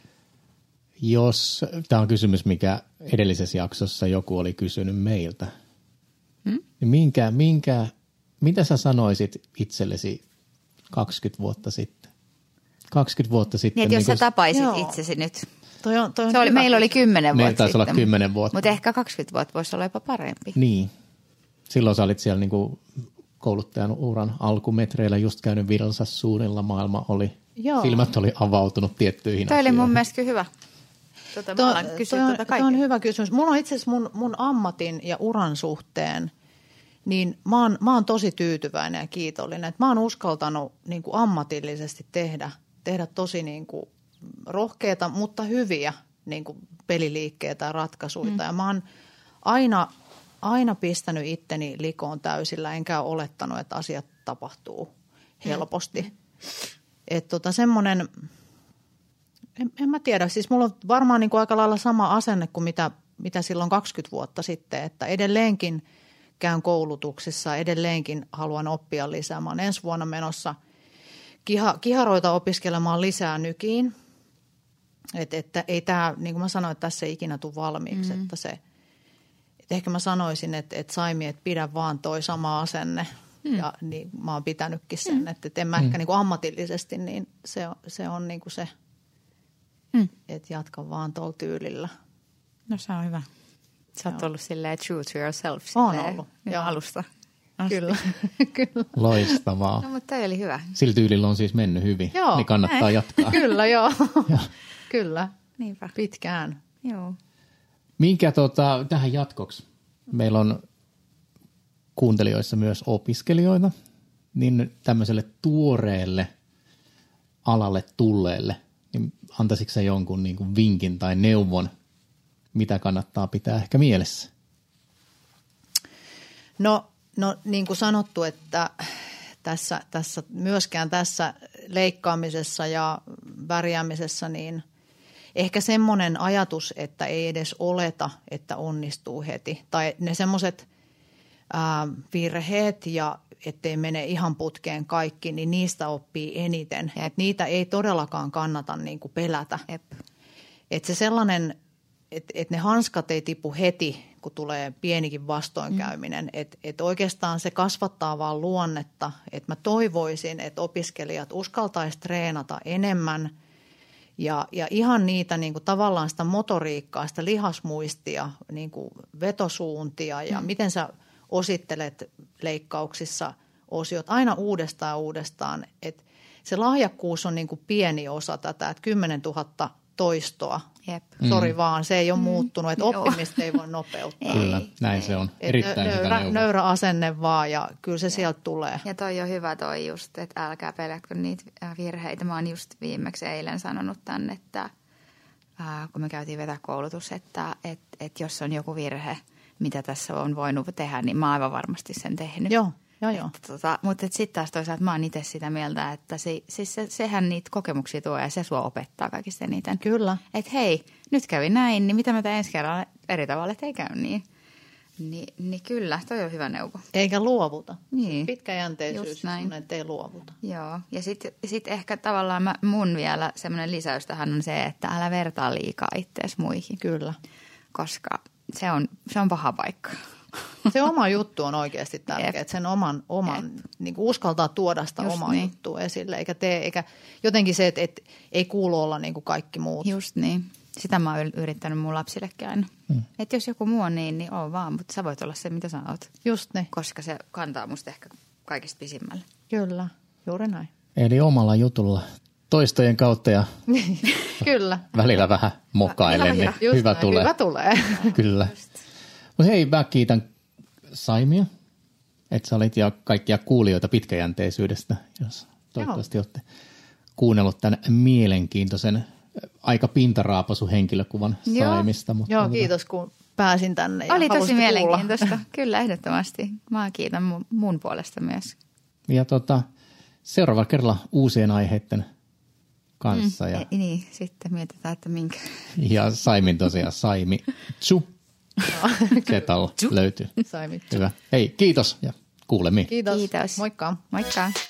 Jos, tämä on kysymys, mikä edellisessä jaksossa joku oli kysynyt meiltä. Hmm? Niin minkä, minkä, mitä sä sanoisit itsellesi kaksikymmentä vuotta sitten? kaksikymmentä vuotta sitten. Niin, että jos niin sä tapaisit Joo. itsesi nyt. Toi on, toi on Se oli, hyvä meillä oli kysymys. kymmenen Meillä vuotta taisi olla sitten. kymmenen vuotta. Mutta ehkä kaksikymmentä vuotta voisi olla jopa parempi. Niin. Silloin sä olit siellä niin kuin kouluttajan uran alkumetreillä just käynyt virallisessa suunnilla. Maailma oli, Joo. silmät oli avautunut tiettyihin Toi oli asioihin. mun mielestä kyllä hyvä. Tuota, Tuo, mä alan kysyä toi on, tuota toi on kaikkea. hyvä kysymys. Mulla on itse asiassa mun, mun ammatin ja uran suhteen, niin mä oon, mä oon tosi tyytyväinen ja kiitollinen. Että mä oon uskaltanut niin kuin ammatillisesti tehdä, tehdä tosi niin kuin rohkeita, mutta hyviä niin kuin peliliikkeitä ja ratkaisuja. Mm. Ja mä oon aina, aina pistänyt itteni likoon täysillä, enkä ole olettanut, että asiat tapahtuu helposti. Mm. Että tota semmoinen... En, en mä tiedä. Siis mulla on varmaan niin kuin aika lailla sama asenne kuin mitä, mitä silloin kaksikymmentä vuotta sitten, että edelleenkin käyn koulutuksissa, edelleenkin haluan oppia lisää. Mä oon ensi vuonna menossa kiha, kiharoita opiskelemaan lisää nykiin. Et, että ei tämä, niin kuin mä sanoin, että tässä ei ikinä tule valmiiksi. Mm. Että se, että ehkä mä sanoisin, että, että Saimi, että pidä vaan toi sama asenne. Mm. Ja niin mä oon pitänytkin sen, mm. että, että en mä mm. ehkä niin kuin ammatillisesti, niin se on, se on niin kuin se Mm. Että jatka vaan tuolla tyylillä. No se on hyvä. Sä oot ollut silleen true to yourself. On ollut. Jo alusta. Kyllä. Kyllä. Loistavaa. No mutta toi oli hyvä. Sillä tyylillä on siis mennyt hyvin. Joo. Niin kannattaa Ei. jatkaa. Kyllä, joo. Kyllä. Niinpä. Pitkään. Joo. Minkä tota, tähän jatkoksi? Meillä on kuuntelijoissa myös opiskelijoita, niin tämmöiselle tuoreelle alalle tulleelle, niin antaisitko sä jonkun niin kuin vinkin tai neuvon, mitä kannattaa pitää ehkä mielessä? No, no niin kuin sanottu, että tässä, tässä, myöskään tässä leikkaamisessa ja värjäämisessä, niin ehkä semmoinen ajatus, että ei edes oleta, että onnistuu heti. Tai ne semmoiset virheet ja ettei mene ihan putkeen kaikki, niin niistä oppii eniten. Et niitä ei todellakaan kannata niin kuin pelätä. Että se sellainen, että et ne hanskat ei tipu heti, kun tulee pienikin vastoinkäyminen. Mm. Että et oikeastaan se kasvattaa vaan luonnetta. Että mä toivoisin, että opiskelijat uskaltaisi treenata enemmän ja, ja ihan niitä niin kuin tavallaan sitä motoriikkaa, sitä lihasmuistia, niin kuin vetosuuntia ja mm. miten sä osittelet leikkauksissa osiot aina uudestaan ja uudestaan. Et se lahjakkuus on niin kuin pieni osa tätä, että kymmenen tuhatta toistoa. Jep. Sori mm. vaan, se ei ole mm. muuttunut, että oppimista ei voi nopeuttaa. Kyllä, näin se on. Erittäin nö, hyvä nöyrä, neuvo. Nöyrä asenne vaan ja kyllä se ja. sieltä tulee. Ja toi on hyvä toi just, että älkää pelätkö niitä virheitä. Mä oon just viimeksi eilen sanonut tänne, että äh, kun me käytiin vetää koulutus, että et, et jos on joku virhe, mitä tässä on voinut tehdä, niin mä oon aivan varmasti sen tehnyt. Joo, joo, joo. Tota, mutta sitten taas toisaalta mä oon itse sitä mieltä, että se, siis se, sehän niitä kokemuksia tuo ja se sua opettaa kaikista eniten. Kyllä. Että hei, nyt kävi näin, niin mitä mä teen ensi kerralla eri tavalla, että ei käy niin. Ni, niin kyllä, toi on hyvä neuvo. Eikä luovuta. Niin. Pitkäjänteisyys, että ei luovuta. Joo, ja sitten sit ehkä tavallaan mä, mun vielä semmoinen lisäys tähän on se, että älä vertaa liikaa itseäsi muihin. Kyllä. Koska se on, se on paha paikka. Se oma juttu on oikeasti tärkeä, että sen oman, oman niin kuin uskaltaa tuoda sitä Just omaa niin. juttua esille, eikä, tee, eikä jotenkin se, että, että ei kuulu olla niin kuin kaikki muut. Just niin. Sitä mä oon yrittänyt mun lapsillekin aina. Hmm. Että jos joku muu on niin, niin oo vaan, mutta sä voit olla se, mitä sä oot. Just niin. Koska se kantaa musta ehkä kaikista pisimmälle. Kyllä, juuri näin. Eli omalla jutulla toistojen kautta ja Kyllä. välillä vähän mokailen, niin Just hyvä näin, tulee. Hyvä tulee. Kyllä. Mutta hei, mä kiitän Saimia, että sä olit ja kaikkia kuulijoita pitkäjänteisyydestä, jos toivottavasti Joo. olette kuunnellut tämän mielenkiintoisen aika pintaraapasu henkilökuvan Joo. Saimista. Mutta Joo, kiitos kun pääsin tänne. Ja oli tosi mielenkiintoista, kyllä ehdottomasti. Mä kiitän mun, mun puolesta myös. Ja tota, seuraavalla kerralla uusien aiheiden kanssa. Mm, ja, e, niin, sitten mietitään, että minkä. Ja Saimin tosiaan Saimi Tsu. Zetalla löytyy. Saimi. Hyvä. Hei, kiitos ja kuulemiin. Kiitos. Kiitos. Moikka. Moikka.